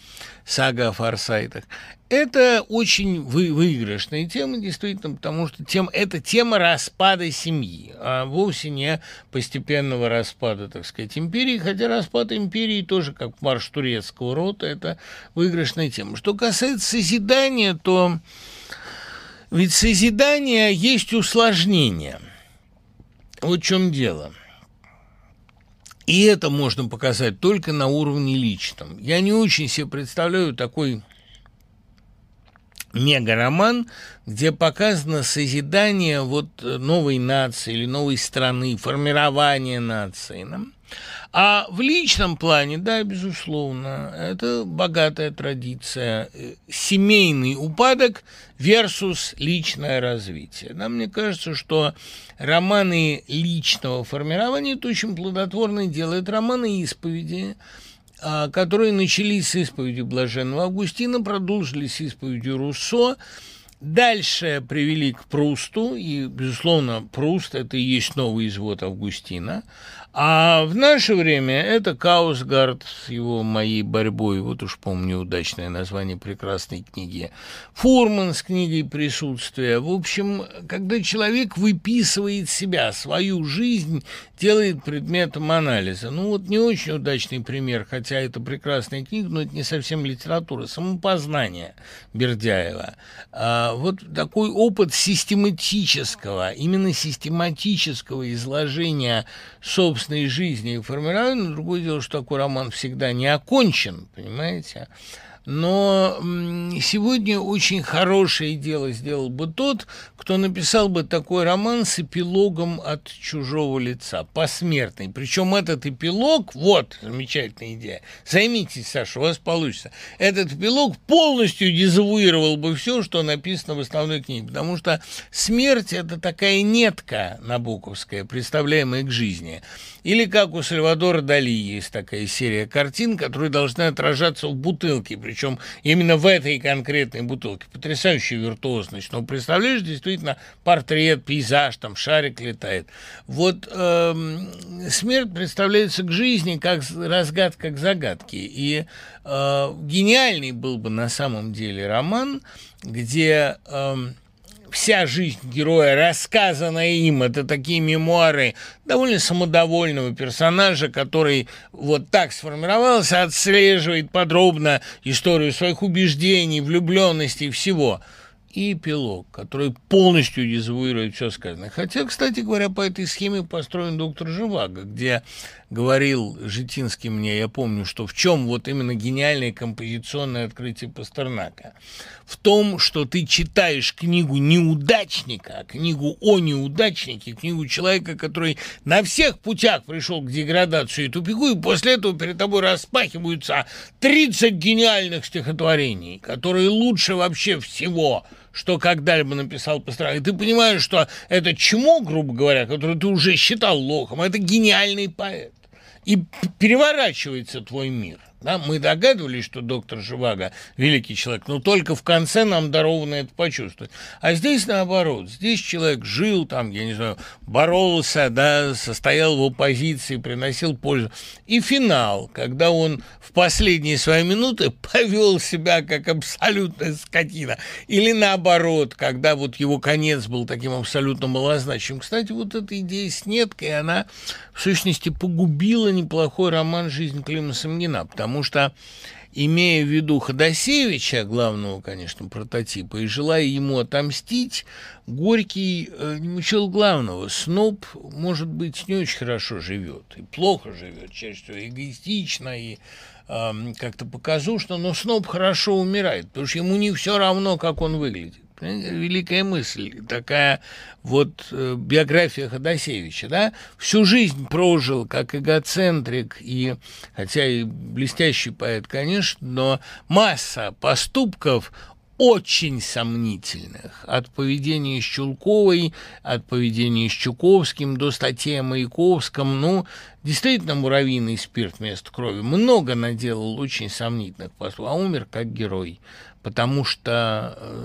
сага о Форсайтах. Это очень выигрышная тема, действительно, потому что это тема распада семьи, а вовсе не постепенного распада, так сказать, империи, хотя распад империи тоже, как марш турецкого рота, это выигрышная тема. Что касается созидания, то ведь созидание есть усложнение. Вот в чем дело. И это можно показать только на уровне личном. Я не очень себе представляю такой мегароман, где показано созидание новой нации или новой страны, формирование нации. Да? А в личном плане, да, безусловно, это богатая традиция. Семейный упадок versus личное развитие. Да, мне кажется, что романы личного формирования – это очень плодотворное дело. Это романы исповеди, которые начались с исповеди Блаженного Августина, продолжились исповедью Руссо, дальше привели к Прусту, и, безусловно, Пруст – это и есть новый извод Августина, а в наше время это Каусгард с его «Моей борьбой», вот уж помню удачное название прекрасной книги, Фурман с книгой «Присутствие». В общем, когда человек выписывает себя, свою жизнь, делает предметом анализа. Не очень удачный пример, хотя это прекрасная книга, но это не совсем литература, самопознание Бердяева. Вот такой опыт систематического, именно систематического изложения собственной жизни и формирования. Другое дело, что такой роман всегда не окончен, понимаете? Но сегодня очень хорошее дело сделал бы тот, кто написал бы такой роман с эпилогом от чужого лица, посмертный. Причем этот эпилог, вот замечательная идея, займитесь, Саша, у вас получится. Этот эпилог полностью дезавуировал бы все, что написано в основной книге, потому что смерть – это такая нетка набоковская, представляемая к жизни. Или как у Сальвадора Дали есть такая серия картин, которые должны отражаться в бутылке, причем именно в этой конкретной бутылке. Потрясающая виртуозность. Но представляешь, действительно, портрет, пейзаж, там шарик летает. Смерть представляется к жизни как разгадка к загадке. И гениальный был бы на самом деле роман, где вся жизнь героя, рассказанная им, это такие мемуары довольно самодовольного персонажа, который вот так сформировался, отслеживает подробно историю своих убеждений, влюбленности и всего. И эпилог, который полностью дезавуирует все сказанное. Хотя, кстати говоря, по этой схеме построен «Доктор Живаго», где говорил Житинский мне, я помню, что в чем вот именно гениальное композиционное открытие Пастернака. В том, что ты читаешь книгу неудачника, книгу о неудачнике, книгу человека, который на всех путях пришел к деградации и тупику, и после этого перед тобой распахиваются 30 гениальных стихотворений, которые лучше вообще всего, что когда-либо написал Пастернак. И ты понимаешь, что это чмо, грубо говоря, которое ты уже считал лохом, это гениальный поэт. И переворачивается твой мир. Да? Мы догадывались, что доктор Живаго великий человек, но только в конце нам даровано это почувствовать. А здесь наоборот. Здесь человек жил, там, я не знаю, боролся, да, состоял в оппозиции, приносил пользу. И финал, когда он в последние свои минуты повел себя как абсолютная скотина. Или наоборот, когда вот его конец был таким абсолютно малозначимым. Кстати, вот эта идея с неткой, она в сущности погубила неплохой роман «Жизнь Клима Самгина», потому что, имея в виду Ходосевича, главного, конечно, прототипа, и желая ему отомстить, Горький не учил главного. Сноб, может быть, не очень хорошо живет, и плохо живет, чаще всего эгоистично и как-то показушно, но сноб хорошо умирает, потому что ему не все равно, как он выглядит. Великая мысль, такая вот биография Ходосевича, да, всю жизнь прожил как эгоцентрик, и, хотя и блестящий поэт, конечно, но масса поступков очень сомнительных, от поведения с Чулковой, от поведения с Чуковским до статьи о Маяковском, действительно муравьиный спирт вместо крови, много наделал очень сомнительных поступков, а умер как герой, потому что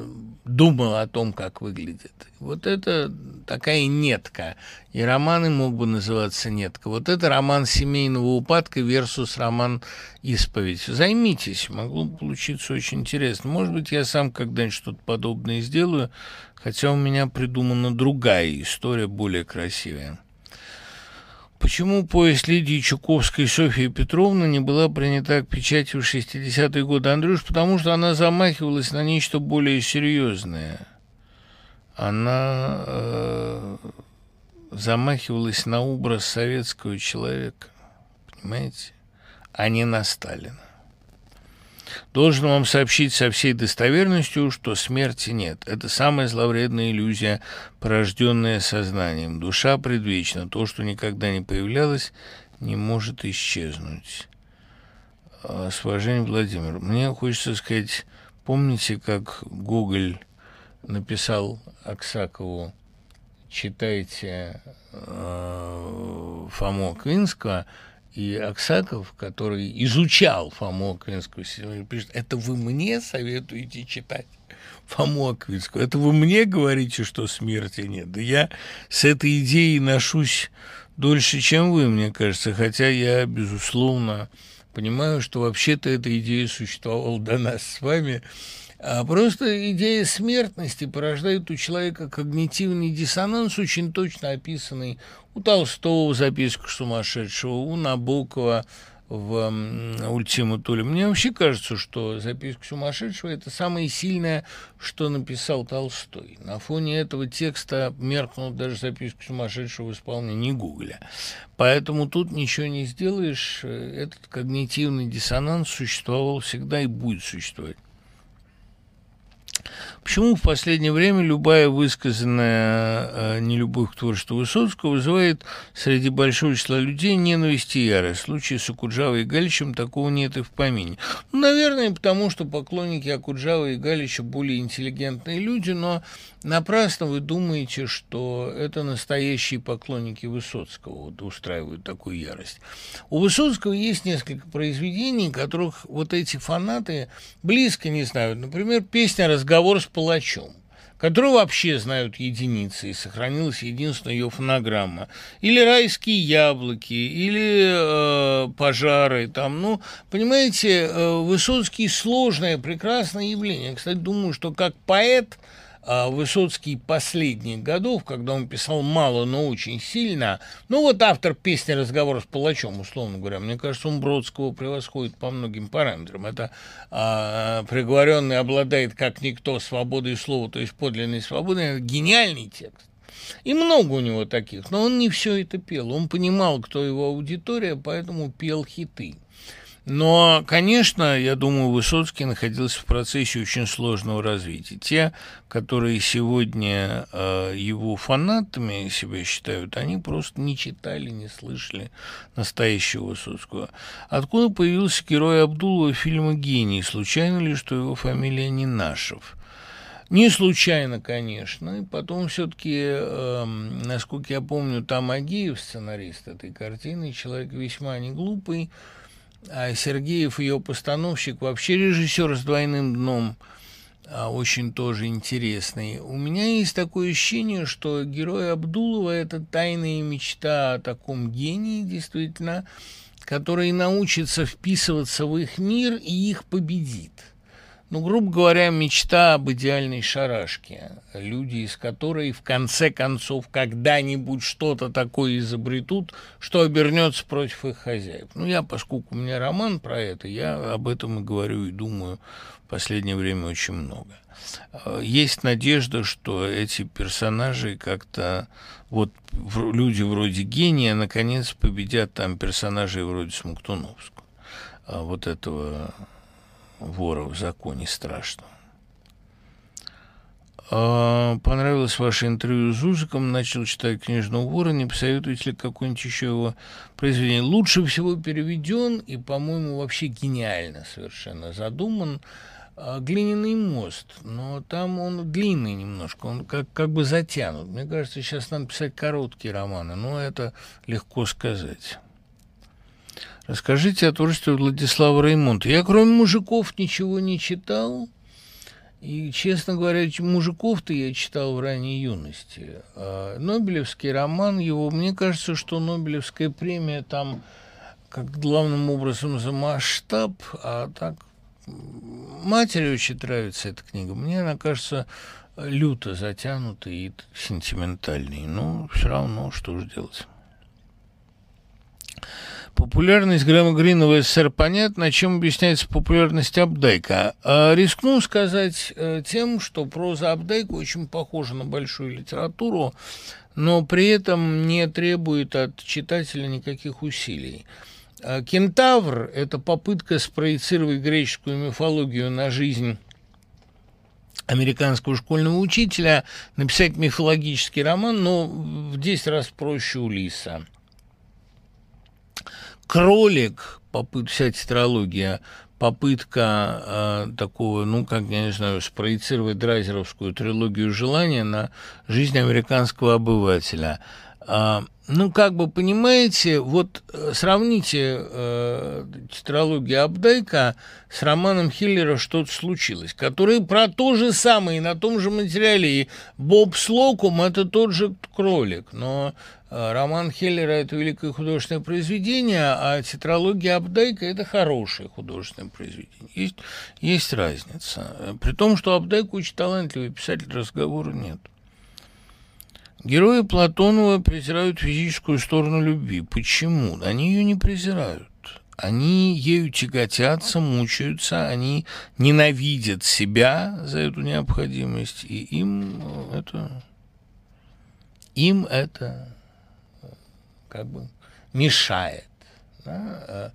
думал о том, как выглядит. Вот это такая нетка. И романы мог бы называться нетка. Вот это роман семейного упадка versus роман исповедь. Займитесь, могло бы получиться очень интересно. Может быть, я сам когда-нибудь что-то подобное сделаю, хотя у меня придумана другая история, более красивая. Почему повесть Лидии Чуковской «Софья Петровна» не была принята к печати в 60-е годы, Андрюш? Потому что она замахивалась на нечто более серьезное. Она замахивалась на образ советского человека, понимаете, а не на Сталина. Должен вам сообщить со всей достоверностью, что смерти нет. Это самая зловредная иллюзия, порожденная сознанием. Душа предвечна. То, что никогда не появлялось, не может исчезнуть. С уважением, Владимир. Мне хочется сказать, помните, как Гоголь написал Аксакову: читайте Фому Аквинского, и Аксаков, который изучал Фому Аквинского, пишет: это вы мне советуете читать Фому Аквинского? Это вы мне говорите, что смерти нет? Да я с этой идеей ношусь дольше, чем вы, мне кажется, хотя я, безусловно, понимаю, что вообще-то эта идея существовала до нас с вами. А просто идея смертности порождает у человека когнитивный диссонанс, очень точно описанный у Толстого в «Записках сумасшедшего», у Набокова в «Ультима Туле». Мне вообще кажется, что «Записки сумасшедшего» — это самое сильное, что написал Толстой. На фоне этого текста меркнул даже «Записки сумасшедшего» в исполнении Гоголя. Поэтому тут ничего не сделаешь. Этот когнитивный диссонанс существовал всегда и будет существовать. Почему в последнее время любая высказанная нелюбовь к творчеству Высоцкого вызывает среди большого числа людей ненависть и ярость? В случае с Окуджавой и Галичем такого нет и в помине. Ну, наверное, потому что поклонники Окуджавы и Галича более интеллигентные люди, но напрасно вы думаете, что это настоящие поклонники Высоцкого вот устраивают такую ярость. У Высоцкого есть несколько произведений, которых вот эти фанаты близко не знают. Например, песня «Разговор с палачом», которую вообще знают единицы, и сохранилась единственная ее фонограмма. Или «Райские яблоки», или «Пожары». Там, ну, понимаете, Высоцкий — сложное, прекрасное явление. Я, кстати, думаю, что как поэт Высоцкий последних годов, когда он писал мало, но очень сильно, ну вот автор песни «Разговор с палачом», условно говоря, мне кажется, он Бродского превосходит по многим параметрам. Это приговоренный обладает как никто свободой слова, то есть подлинной свободой. Это гениальный текст. И много у него таких, но он не все это пел. Он понимал, кто его аудитория, поэтому пел хиты. Но, конечно, я думаю, Высоцкий находился в процессе очень сложного развития. Те, которые сегодня его фанатами себя считают, они просто не читали, не слышали настоящего Высоцкого. Откуда появился герой Абдулова фильма «Гений»? Случайно ли, что его фамилия Ненашев? Не случайно, конечно. И потом все-таки, насколько я помню, там Агеев, сценарист этой картины, человек весьма не глупый, а Сергеев, ее постановщик, вообще режиссер с двойным дном, очень тоже интересный. У меня есть такое ощущение, что герой Абдулова — это тайная мечта о таком гении, действительно, который научится вписываться в их мир и их победит. Ну, грубо говоря, мечта об идеальной шарашке, люди из которой в конце концов когда-нибудь что-то такое изобретут, что обернется против их хозяев. Ну, я, поскольку у меня роман про это, я об этом и говорю, и думаю в последнее время очень много. Есть надежда, что эти персонажи как-то, вот люди вроде гения, наконец победят там персонажей вроде Смоктуновского, вот этого вора в законе страшного. Понравилось ваше интервью с Зузиком. Начал читать «Книжного вора». Не посоветуете ли какое-нибудь еще его произведение? Лучше всего переведен и, по-моему, вообще гениально совершенно задуман «Глиняный мост». Но там он длинный немножко, он как бы затянут. Мне кажется, сейчас надо писать короткие романы, но это легко сказать. Расскажите о творчестве Владислава Реймонта. Я, кроме «Мужиков», ничего не читал. И, честно говоря, мужиков-то я читал в ранней юности. А Нобелевский роман его, мне кажется, что Нобелевская премия там как главным образом за масштаб, а так матери очень нравится эта книга. Мне она кажется люто затянутой и сентиментальной. Но все равно, что же делать. Популярность Грэма Грина в СССР понятна. Чем объясняется популярность Апдайка? Рискну сказать тем, что проза Апдайка очень похожа на большую литературу, но при этом не требует от читателя никаких усилий. «Кентавр» – это попытка спроецировать греческую мифологию на жизнь американского школьного учителя, написать мифологический роман, но в 10 раз проще Улисса. «Кролик», вся тетралогия, попытка такого, как, я не знаю, спроецировать драйзеровскую трилогию желания на жизнь американского обывателя. Понимаете, вот сравните тетралогию Апдайка с романом Хиллера «Что-то случилось», который про то же самое и на том же материале. И Боб Слокум – это тот же кролик, но роман Хиллера – это великое художественное произведение, а тетралогия Апдайка – это хорошее художественное произведение. Есть разница. При том, что Апдайк очень талантливый писатель, разговора нет. Герои Платонова презирают физическую сторону любви. Почему? Они ее не презирают. Они ею тяготятся, мучаются, они ненавидят себя за эту необходимость, и им это как бы мешает. Да?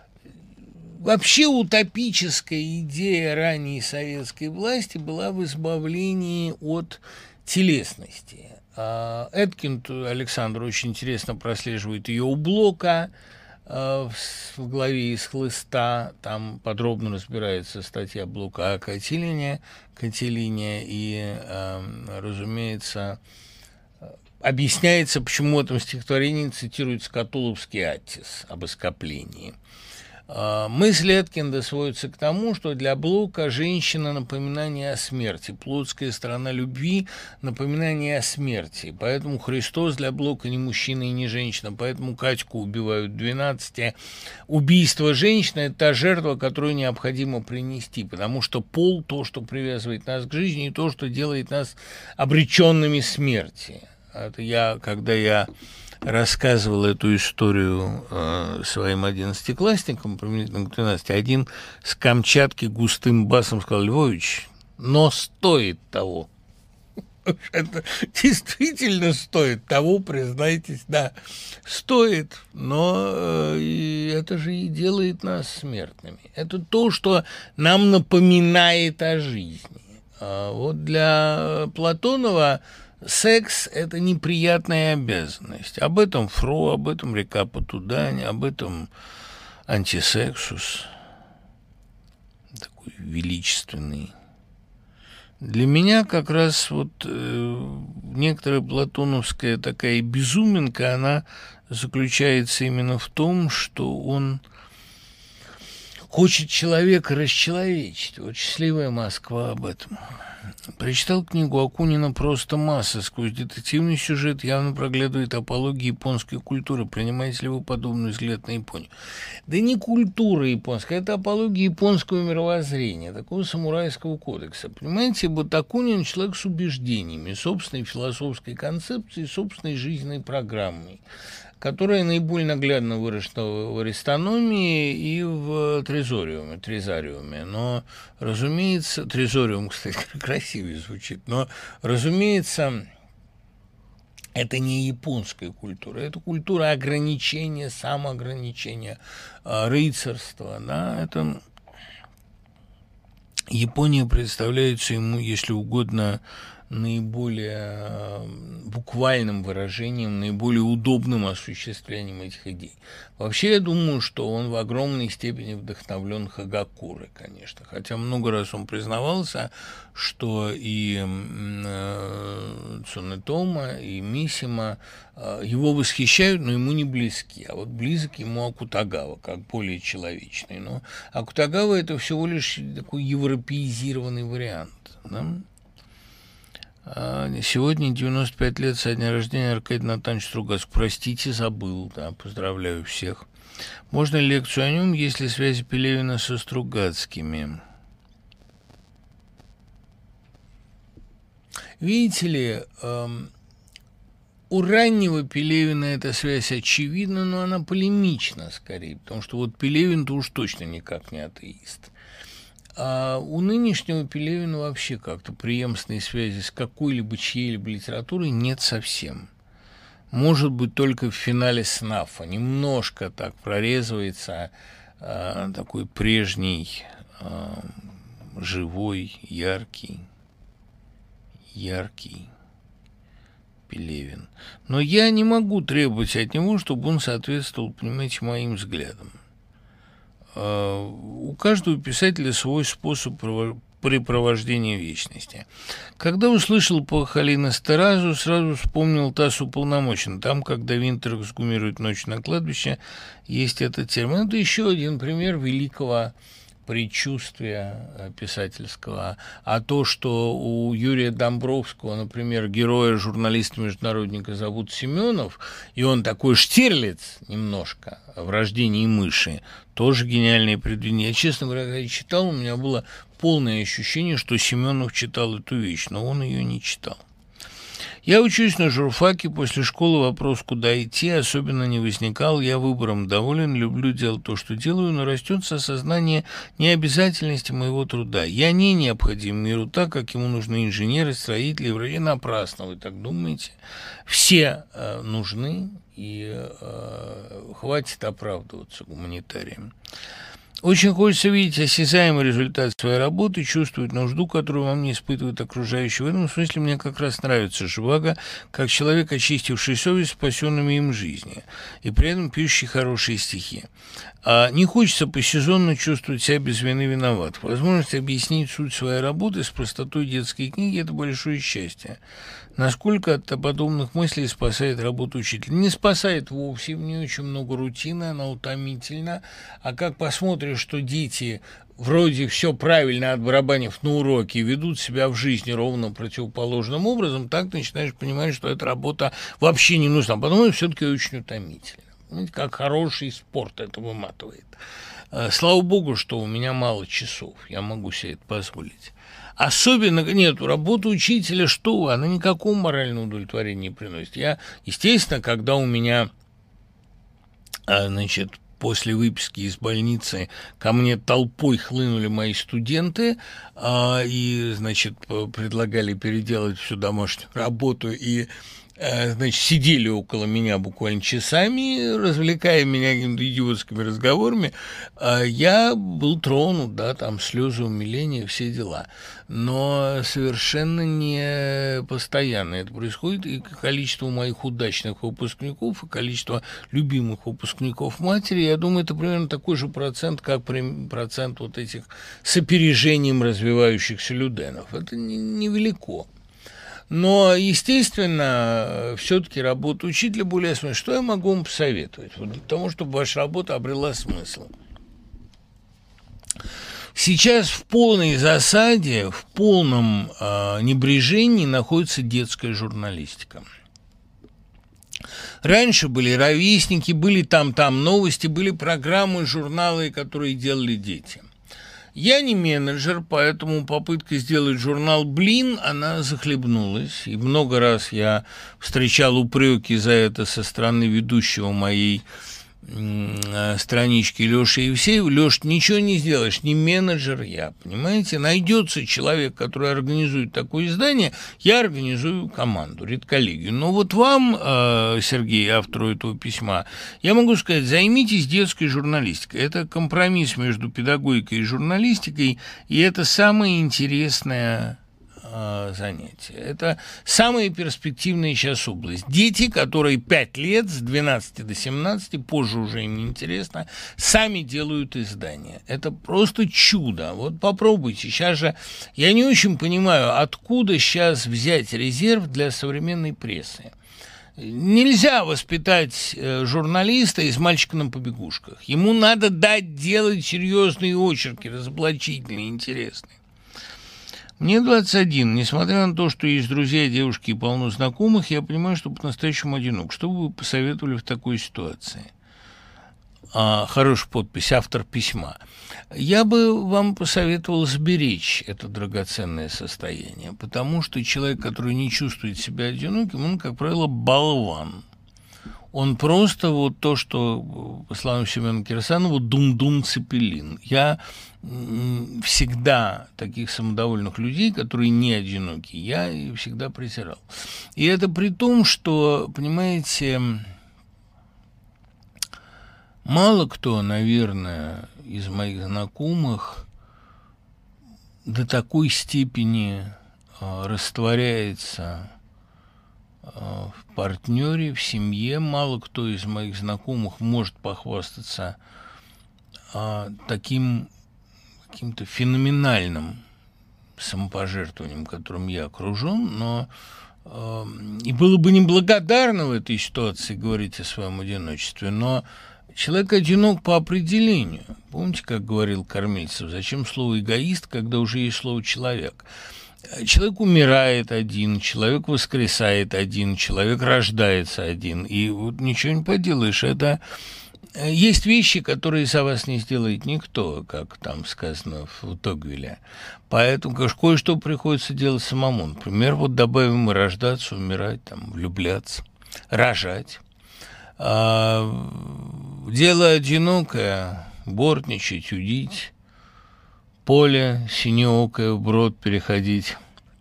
Вообще утопическая идея ранней советской власти была в избавлении от телесности. Эткинд Александр очень интересно прослеживает ее у Блока в главе «Из хлыста». Там подробно разбирается статья Блока о Катилине и, разумеется, объясняется, почему в этом стихотворении цитируется Катуловский Аттис об оскоплении. Мысль Эткинда сводится к тому, что для Блока женщина – напоминание о смерти, плотская сторона любви – напоминание о смерти. Поэтому Христос для Блока не мужчина и не женщина, поэтому Катьку убивают в 12. Убийство женщины – это та жертва, которую необходимо принести, потому что пол – то, что привязывает нас к жизни, и то, что делает нас обреченными смерти. Это когда я рассказывал эту историю своим 11-классникам, применительно к 12, один с Камчатки густым басом сказал: «Львович, но стоит того». Это действительно стоит того, признайтесь, да, стоит, но это же и делает нас смертными. Это то, что нам напоминает о жизни. Вот для Платонова секс – это неприятная обязанность. Об этом Фро, об этом Река Потудань, об этом Антисексус, такой величественный. Для меня как раз некоторая платоновская такая безуминка, она заключается именно в том, что он хочет человека расчеловечить. Вот «Счастливая Москва» об этом. Прочитал книгу Акунина «Просто масса». Сквозь детективный сюжет явно проглядывает апология японской культуры. Принимаете ли вы подобный взгляд на Японию? Да не культура японская, это апология японского мировоззрения, такого самурайского кодекса. Понимаете, вот Акунин человек с убеждениями, собственной философской концепцией, собственной жизненной программой, которая наиболее наглядно выражена в «Аристономии» и в «Трезариуме». Но, разумеется, «Трезориум», кстати, красивее звучит, но, разумеется, это не японская культура, это культура ограничения, самоограничения, рыцарства. Да? Япония представляется ему, если угодно, наиболее буквальным выражением, наиболее удобным осуществлением этих идей. Вообще, я думаю, что он в огромной степени вдохновлен Хагакурой, конечно. Хотя много раз он признавался, что и Цунэтома, и Мисима его восхищают, но ему не близки. А вот близок ему Акутагава, как более человечный. Но Акутагава – это всего лишь такой европеизированный вариант, да? Сегодня 95 лет со дня рождения Аркадия Натановича Стругацкого. Простите, забыл, да, поздравляю всех. Можно ли лекцию о нем, есть ли связи Пелевина со Стругацкими? Видите ли, у раннего Пелевина эта связь очевидна, но она полемична скорее, потому что вот Пелевин-то уж точно никак не атеист. А у нынешнего Пелевина вообще как-то преемственной связи с какой-либо чьей-либо литературой нет совсем. Может быть, только в финале «Снафа» немножко так прорезывается такой прежний, живой, яркий Пелевин. Но я не могу требовать от него, чтобы он соответствовал, понимаете, моим взглядам. У каждого писателя свой способ препровождения вечности. Когда услышал по Халина-Стеразу, сразу вспомнил «Тасс уполномочен». Там, когда Винтер эксгумирует «Ночь на кладбище», есть этот термин. Это еще один пример великого предчувствия писательского. А то, что у Юрия Домбровского, например, героя журналиста-международника зовут Семенов, и он такой Штирлиц немножко в «Рождении мыши», тоже гениальное предвидение. Я, честно говоря, когда читал, у меня было полное ощущение, что Семенов читал эту вещь, но он ее не читал. Я учусь на журфаке, после школы вопрос, куда идти, особенно не возникал. Я выбором доволен, люблю делать то, что делаю, но растет осознание необязательности моего труда. Я не необходим миру так, как ему нужны инженеры, строители, врачи. Напрасно вы так думаете. Все нужны, и хватит оправдываться гуманитарием. Очень хочется видеть осязаемый результат своей работы, чувствовать нужду, которую во мне испытывают окружающие. В этом смысле мне как раз нравится Живаго, как человек, очистивший совесть спасенными им жизни, и при этом пишущий хорошие стихи. А не хочется посезонно чувствовать себя без вины виноват. Возможность объяснить суть своей работы с простотой детской книги – это большое счастье. Насколько от подобных мыслей спасает работу учителя? Не спасает вовсе, в ней очень много рутины, она утомительна. А как посмотришь, что дети, вроде все правильно отбарабанив на уроке, ведут себя в жизни ровно противоположным образом, так начинаешь понимать, что эта работа вообще не нужна. Потом это все-таки очень утомительно. Знаете, как хороший спорт это выматывает. Слава богу, что у меня мало часов, я могу себе это позволить. Особенно, нет, работа учителя, что она никакого морального удовлетворения не приносит. Я, естественно, когда у меня, значит, после выписки из больницы ко мне толпой хлынули мои студенты и, значит, предлагали переделать всю домашнюю работу и значит, сидели около меня буквально часами, развлекая меня какими-то идиотскими разговорами, я был тронут, да, там слезы умиления, все дела. Но совершенно не постоянно это происходит, и количество моих удачных выпускников, и количество любимых выпускников матери, я думаю, это примерно такой же процент, как процент вот этих с опережением развивающихся люденов. Это невелико. Но, естественно, все-таки работа учителя более смысла. Что я могу вам посоветовать? Вот для того, чтобы ваша работа обрела смысл. Сейчас в полной засаде, в полном небрежении находится детская журналистика. Раньше были ровесники, были там новости, были программы, журналы, которые делали дети. Я не менеджер, поэтому попытка сделать журнал «Блин», она захлебнулась. И много раз я встречал упреки за это со стороны ведущего моей странички Лёши Евсеева. Лёш, ничего не сделаешь, не менеджер я, понимаете? Найдется человек, который организует такое издание, я организую команду, редколлегию. Но вот вам, Сергей, автору этого письма, я могу сказать, займитесь детской журналистикой. Это компромисс между педагогикой и журналистикой, и это самая интересная занятие. Это самая перспективная сейчас область. Дети, которые 5 лет, с 12 до 17, позже уже им не интересно, сами делают издания. Это просто чудо. Вот попробуйте. Сейчас же я не очень понимаю, откуда сейчас взять резерв для современной прессы. Нельзя воспитать журналиста из «Мальчика на побегушках». Ему надо дать делать серьезные очерки, разоблачительные, интересные. Мне 21. Несмотря на то, что есть друзья, девушки и полно знакомых, я понимаю, что по-настоящему одинок. Что бы вы посоветовали в такой ситуации? Хорошая подпись, автор письма. Я бы вам посоветовал сберечь это драгоценное состояние, потому что человек, который не чувствует себя одиноким, он, как правило, болван. Он просто вот то, что, по словам Семена Кирсанова, дум-дум цепелин. Я всегда таких самодовольных людей, которые не одиноки, я всегда презирал. И это при том, что, понимаете, мало кто, наверное, из моих знакомых до такой степени растворяется в партнере, в семье. Мало кто из моих знакомых может похвастаться таким каким-то феноменальным самопожертвованием, которым я окружен, но и было бы неблагодарно в этой ситуации говорить о своем одиночестве, но человек одинок по определению. Помните, как говорил Кормильцев, зачем слово «эгоист», когда уже есть слово «человек»? Человек умирает один, человек воскресает один, человек рождается один. И вот ничего не поделаешь. Это есть вещи, которые за вас не сделает никто, как там сказано в Тогвиле. Поэтому, конечно, кое-что приходится делать самому. Например, вот добавим и рождаться, умирать, там, влюбляться, рожать. Дело одинокое, бортничать, удить, поле синеокое вброд переходить,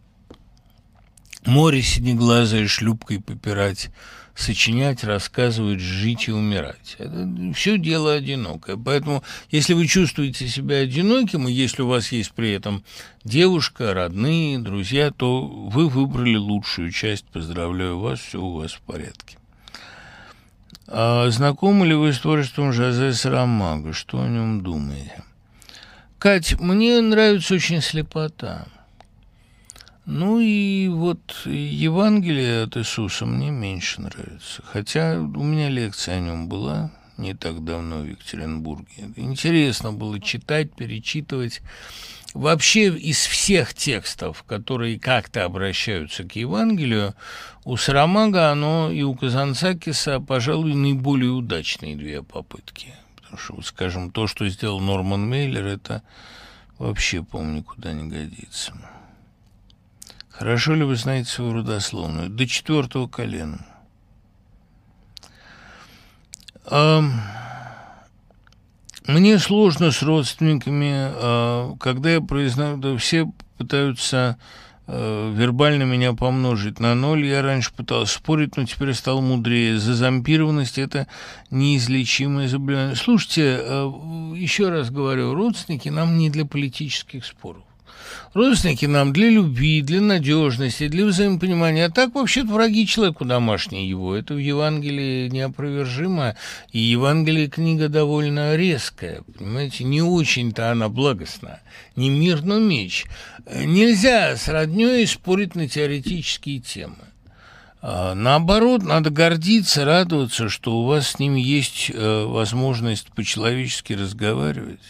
море синеглазое шлюпкой попирать, сочинять, рассказывать, жить и умирать. Это все дело одинокое. Поэтому, если вы чувствуете себя одиноким, и если у вас есть при этом девушка, родные, друзья, то вы выбрали лучшую часть. Поздравляю вас, все у вас в порядке. Знакомы ли вы с творчеством Жозе Сарамаго? Что о нем думаете? Кать, мне нравится очень слепота. Ну и вот Евангелие от Иисуса мне меньше нравится. Хотя у меня лекция о нем была не так давно в Екатеринбурге. Интересно было читать, перечитывать. Вообще из всех текстов, которые как-то обращаются к Евангелию, у Сарамаго оно и у Казанцакиса, пожалуй, наиболее удачные две попытки. Потому что, вот, скажем, то, что сделал Норман Мейлер, это вообще, по-моему, никуда не годится. Хорошо ли вы знаете свою родословную? До 4 колена. Мне сложно с родственниками, когда я произношу, да, все пытаются вербально меня помножить на 0. Я раньше пытался спорить, но теперь стал мудрее. Зазомбированность – это неизлечимое заболевание. Слушайте, еще раз говорю, родственники нам не для политических споров. Родственники нам для любви, для надежности, для взаимопонимания. А так, вообще-то, враги человеку домашние его. Это в Евангелии неопровержимо. И Евангелие книга довольно резкая. Понимаете, не очень-то она благостна. Не мир, но меч. Нельзя с роднёй спорить на теоретические темы. Наоборот, надо гордиться, радоваться, что у вас с ними есть возможность по-человечески разговаривать.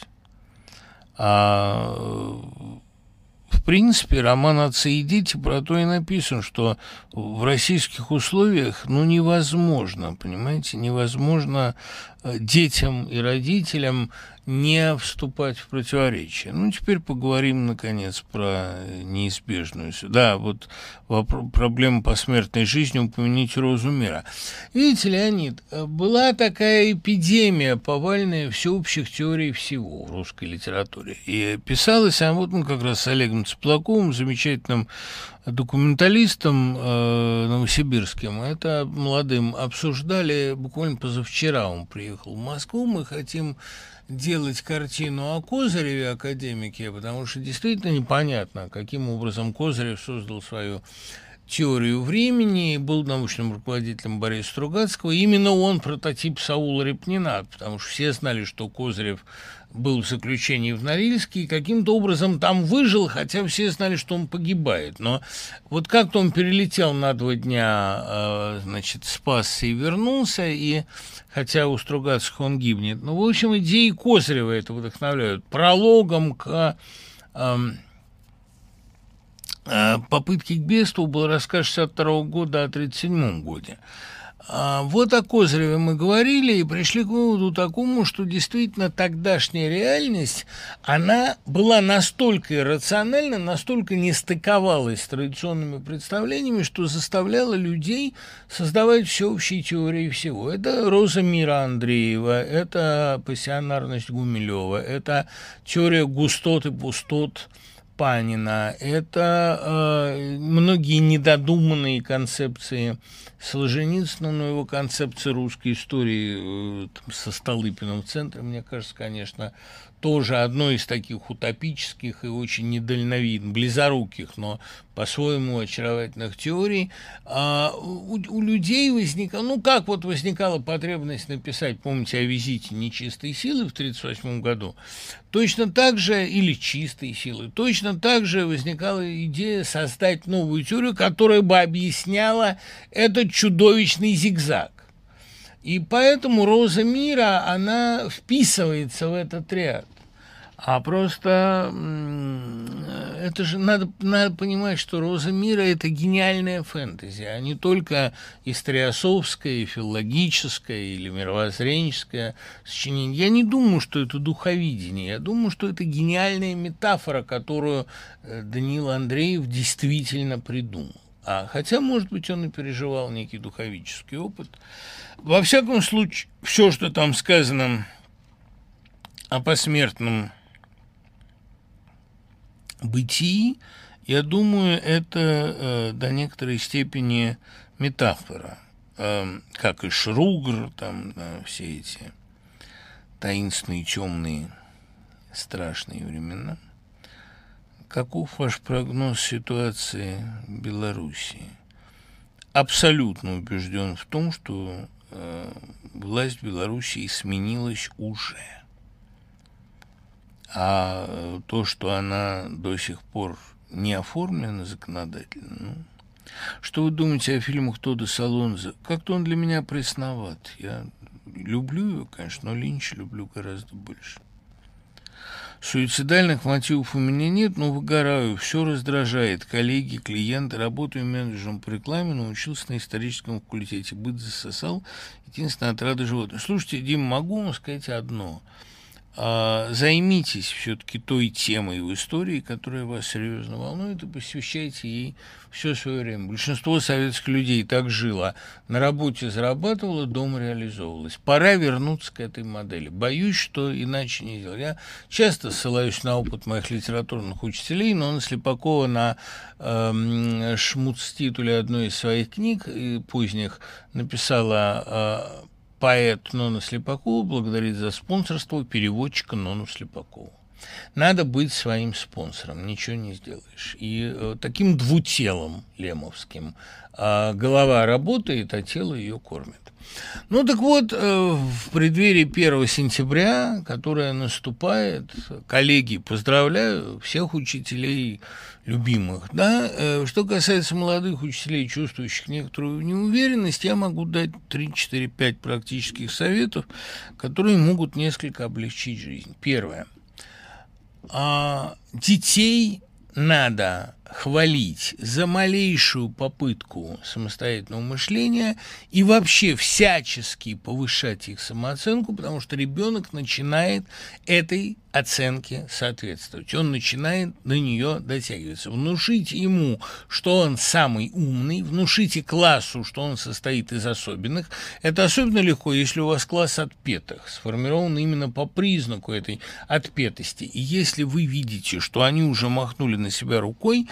В принципе, роман «Отцы и дети» про то и написан, что в российских условиях, невозможно, понимаете, невозможно детям и родителям не вступать в противоречие. Теперь поговорим, наконец, про неизбежную. Да, вот проблема посмертной жизни, упомяните «Розу мира». Видите, Леонид, была такая эпидемия повальная всеобщих теорий всего в русской литературе. И писалась она как раз с Олегом Цыплаковым, замечательным документалистом новосибирским. Это молодым обсуждали буквально позавчера. Он приехал в Москву. Мы хотим делать картину о Козыреве, академике, потому что действительно непонятно, каким образом Козырев создал свою теорию времени, был научным руководителем Бориса Стругацкого. Именно он прототип Саула Репнина, потому что все знали, что Козырев был в заключении в Норильске и каким-то образом там выжил, хотя все знали, что он погибает. Но вот как-то он перелетел на 2 дня, значит, спасся и вернулся, и хотя у Стругацких он гибнет. Ну, в общем, идеи Козырева это вдохновляют. Прологом к попытки к бегству был рассказ 62 года о 1937 годе. Вот о Козыреве мы говорили и пришли к выводу такому, что действительно тогдашняя реальность, она была настолько иррациональна, настолько не стыковалась с традиционными представлениями, что заставляла людей создавать всеобщие теории всего. Это «Роза мира» Андреева, это пассионарность Гумилева, это теория густот и пустот Панина, это многие недодуманные концепции Солженицына, но его концепция русской истории со Столыпиным в центре, мне кажется, конечно, тоже одной из таких утопических и очень недальновидных, близоруких, но по-своему очаровательных теорий. У людей возникала, ну как вот возникала потребность написать, помните, о визите нечистой силы в 1938 году, точно так же, или чистой силы, точно так же возникала идея создать новую теорию, которая бы объясняла этот чудовищный зигзаг. И поэтому «Роза мира», она вписывается в этот ряд. А просто это же надо понимать, что «Роза мира» – это гениальная фэнтези, а не только историосовское, филологическое или мировоззренческое сочинение. Я не думаю, что это духовидение, я думаю, что это гениальная метафора, которую Даниил Андреев действительно придумал. Хотя, может быть, он и переживал некий духовический опыт. Во всяком случае, все, что там сказано о посмертном бытии, я думаю, это до некоторой степени метафора. Как и Шругер, там все эти таинственные, темные, страшные времена. Каков ваш прогноз ситуации в Белоруссии? Абсолютно убежден в том, что власть в Белоруссии сменилась уже. А то, что она до сих пор не оформлена законодательно, ну, что вы думаете о фильмах Тодда Солонза? Как-то он для меня пресноват. Я люблю его, конечно, но Линча люблю гораздо больше. Суицидальных мотивов у меня нет, но выгораю, все раздражает. Коллеги, клиенты, работаю менеджером по рекламе, научился на историческом факультете. Быт засосал, единственная отрада животных. Слушайте, Дим, могу вам сказать одно. Займитесь все-таки той темой в истории, которая вас серьезно волнует, и посвящайте ей все свое время. Большинство советских людей так жило. На работе зарабатывало, дома реализовывалось. Пора вернуться к этой модели. Боюсь, что иначе не сделать. Я часто ссылаюсь на опыт моих литературных учителей, но на Слепакова, на шмуц-титуле одной из своих книг поздних написала поэт Нона Слепакова благодарит за спонсорство переводчика Нону Слепакову. Надо быть своим спонсором, ничего не сделаешь. И таким двутелом лемовским голова работает, а тело ее кормит. Ну так вот, в преддверии 1 сентября, которое наступает, коллеги, поздравляю всех учителей любимых. Да? Что касается молодых учителей, чувствующих некоторую неуверенность, я могу дать 3, 4, 5 практических советов, которые могут несколько облегчить жизнь. Первое. Детей надо хвалить за малейшую попытку самостоятельного мышления и вообще всячески повышать их самооценку, потому что ребенок начинает этой оценке соответствовать. Он начинает на нее дотягиваться. Внушите ему, что он самый умный, внушите классу, что он состоит из особенных. Это особенно легко, если у вас класс отпетых, сформирован именно по признаку этой отпетости. И если вы видите, что они уже махнули на себя рукой,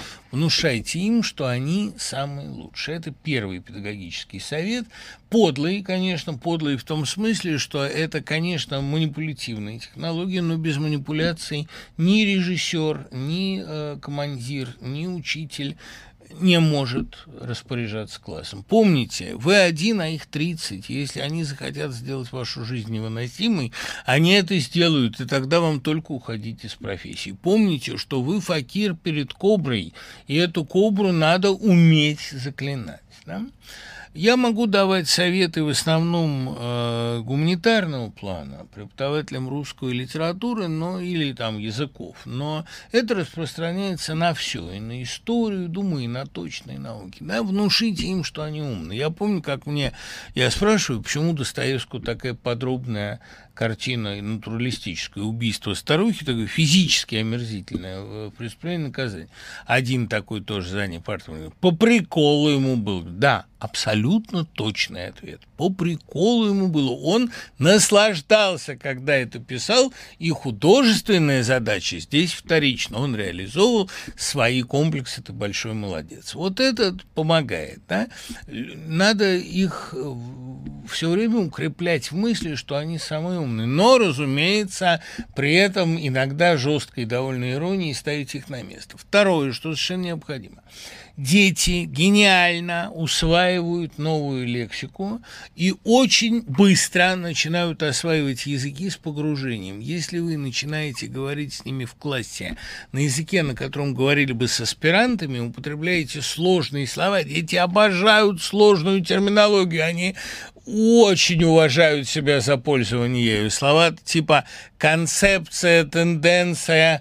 внушайте им, что они самые лучшие. Это первый педагогический совет. Подлый, конечно, подлый в том смысле, что это, конечно, манипулятивные технологии, но без манипуляций ни режиссер, ни командир, ни учитель не может распоряжаться классом. Помните, вы один, а их 30. Если они захотят сделать вашу жизнь невыносимой, они это сделают, и тогда вам только уходить из профессии. Помните, что вы факир перед коброй, и эту кобру надо уметь заклинать. Да? Я могу давать советы в основном гуманитарного плана преподавателям русской литературы, но, или там языков, но это распространяется на все, и на историю, думаю, и на точные науки. Да? Внушите им, что они умные. Я помню, как я спрашиваю, почему Достоевскому такая подробная картина натуралистическая, убийство старухи, такое физически омерзительное, преступление наказание. Один такой тоже задний партнер. По приколу ему был. Да, абсолютно точный ответ. По приколу ему было. Он наслаждался, когда это писал, и художественная задача здесь вторична. Он реализовывал свои комплексы, ты большой молодец. Вот это помогает. Да? Надо их все время укреплять в мысли, что они самые умные. Но, разумеется, при этом иногда жесткой довольно иронией ставить их на место. Второе, что совершенно необходимо. Дети гениально усваивают новую лексику и очень быстро начинают осваивать языки с погружением. Если вы начинаете говорить с ними в классе на языке, на котором говорили бы с аспирантами, употребляете сложные слова, дети обожают сложную терминологию, они очень уважают себя за пользование ею. Слова типа концепция, тенденция,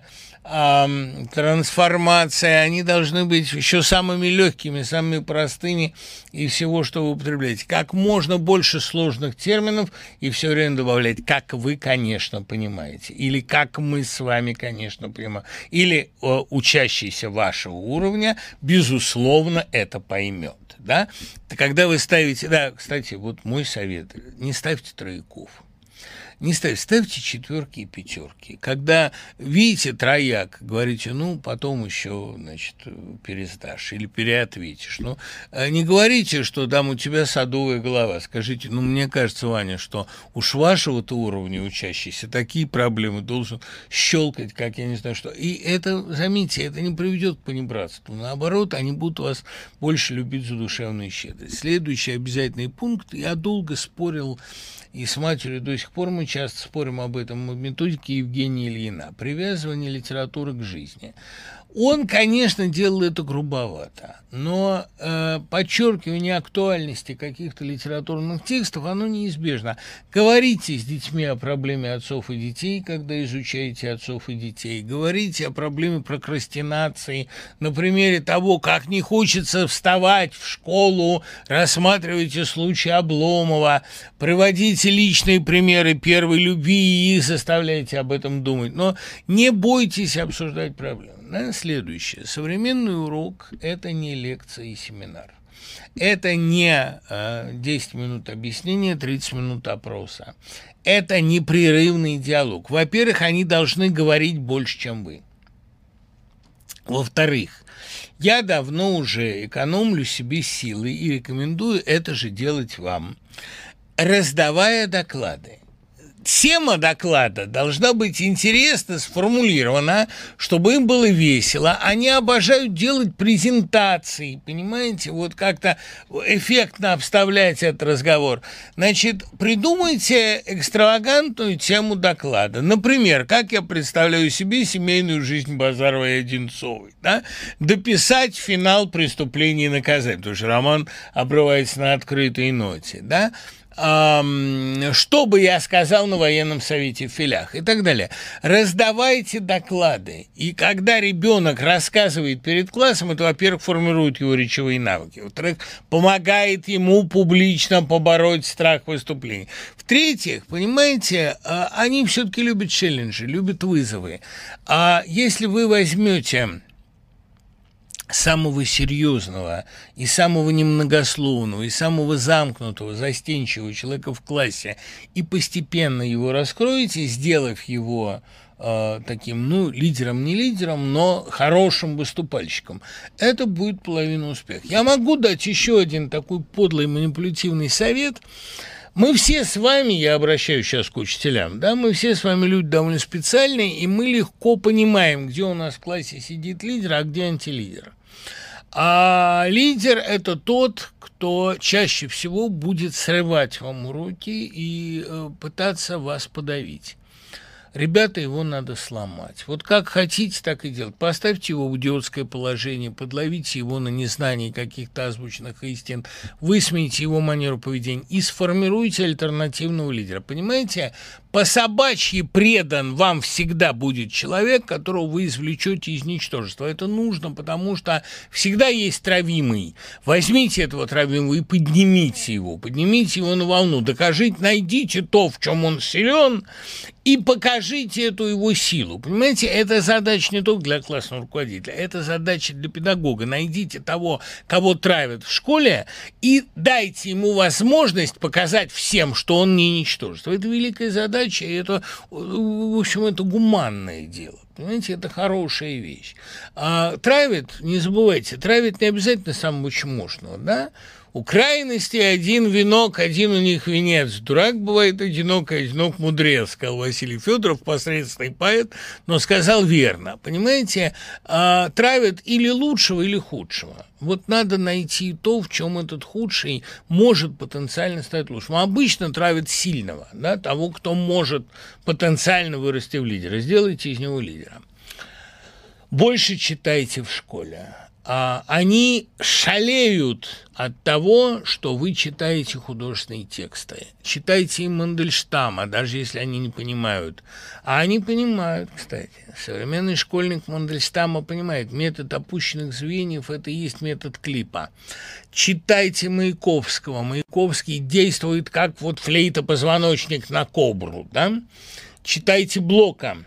трансформация, они должны быть еще самыми легкими, самыми простыми и всего, что вы употребляете. Как можно больше сложных терминов и все время добавлять, как вы, конечно, понимаете, или как мы с вами, конечно, понимаем, или учащийся вашего уровня, безусловно, это поймет. Да? Когда вы ставите... Да, кстати, вот мой совет. Не ставьте трояков. Не ставьте четверки и пятерки. Когда видите трояк, говорите, ну, потом еще, значит, пересдашь или переответишь. Ну, не говорите, что там у тебя садовая голова. Скажите, ну, мне кажется, Ваня, что уж вашего-то уровня учащийся такие проблемы должен щелкать, как я не знаю что. И это, заметьте, это не приведет к понебратству. Наоборот, они будут вас больше любить за душевную щедрость. Следующий обязательный пункт. Я долго спорил и с матерью до сих пор мы часто спорим об этом, в методике Евгения Ильина. Привязывание литературы к жизни. Он, конечно, делал это грубовато, но подчеркивание актуальности каких-то литературных текстов, оно неизбежно. Говорите с детьми о проблеме отцов и детей, когда изучаете отцов и детей. Говорите о проблеме прокрастинации на примере того, как не хочется вставать в школу, рассматривайте случай Обломова, приводите личные примеры первой любви и заставляйте об этом думать. Но не бойтесь обсуждать проблемы. Следующее. Современный урок – это не лекция и семинар. Это не 10 минут объяснения, 30 минут опроса. Это непрерывный диалог. Во-первых, они должны говорить больше, чем вы. Во-вторых, я давно уже экономлю себе силы и рекомендую это же делать вам, раздавая доклады. Тема доклада должна быть интересно сформулирована, чтобы им было весело. Они обожают делать презентации, понимаете, вот как-то эффектно обставлять этот разговор. Значит, придумайте экстравагантную тему доклада. Например, как я представляю себе семейную жизнь Базаровой и Одинцовой. Да? Дописать финал «Преступления и наказания», потому что роман обрывается на открытой ноте. Да? Что бы я сказал на военном совете в Филях и так далее. Раздавайте доклады. И когда ребенок рассказывает перед классом, это, во-первых, формирует его речевые навыки. Во-вторых, помогает ему публично побороть страх выступлений. В-третьих, понимаете, они все-таки любят челленджи, любят вызовы. А если вы возьмете самого серьезного и самого немногословного и самого замкнутого, застенчивого человека в классе и постепенно его раскроете, сделав его таким, ну, лидером, не лидером, но хорошим выступальщиком. Это будет половина успеха. Я могу дать еще один такой подлый манипулятивный совет. Мы все с вами, я обращаюсь сейчас к учителям, да, мы все с вами люди довольно специальные, и мы легко понимаем, где у нас в классе сидит лидер, а где антилидер. А лидер – это тот, кто чаще всего будет срывать вам уроки и пытаться вас подавить. Ребята, его надо сломать. Вот как хотите, так и делать. Поставьте его в идиотское положение, подловите его на незнании каких-то озвученных истин, высмейте его манеру поведения и сформируйте альтернативного лидера. Понимаете, по-собачьи предан вам всегда будет человек, которого вы извлечете из ничтожества. Это нужно, потому что всегда есть травимый. Возьмите этого травимого и поднимите его на волну, докажите, найдите то, в чем он силен, и покажите эту его силу. Понимаете, это задача не только для классного руководителя, это задача для педагога. Найдите того, кого травят в школе, и дайте ему возможность показать всем, что он не ничтожество. Это великая задача, и это, в общем, это гуманное дело. Понимаете, это хорошая вещь. А травят, не забывайте, травят не обязательно самого чмошного, да? У крайности один венок, один у них венец. Дурак бывает одинок, а одинок мудрец, сказал Василий Федоров, посредственный поэт, но сказал верно. Понимаете, травят или лучшего, или худшего. Вот надо найти то, в чем этот худший может потенциально стать лучшим. Обычно травят сильного, да, того, кто может потенциально вырасти в лидера. Сделайте из него лидера. Больше читайте в школе. Они шалеют от того, что вы читаете художественные тексты. Читайте им Мандельштама, даже если они не понимают. А они понимают, кстати. Современный школьник Мандельштама понимает, метод опущенных звеньев – это и есть метод клипа. Читайте Маяковского. Маяковский действует как вот флейта-позвоночник на кобру. Да? Читайте Блока.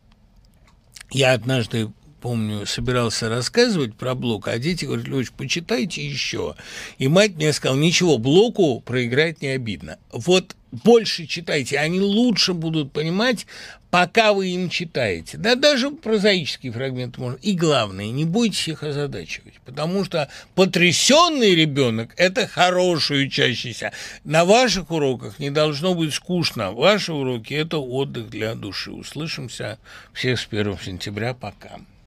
Я однажды, помню, собирался рассказывать про Блока, а дети говорят: Лёш, почитайте еще. И мать мне сказала: ничего, Блоку проиграть не обидно. Вот больше читайте, они лучше будут понимать, пока вы им читаете. Да даже прозаические фрагменты можно. И главное, не бойтесь их озадачивать, потому что потрясенный ребенок – это хороший учащийся. На ваших уроках не должно быть скучно. Ваши уроки – это отдых для души. Услышимся всех с 1 сентября. Пока.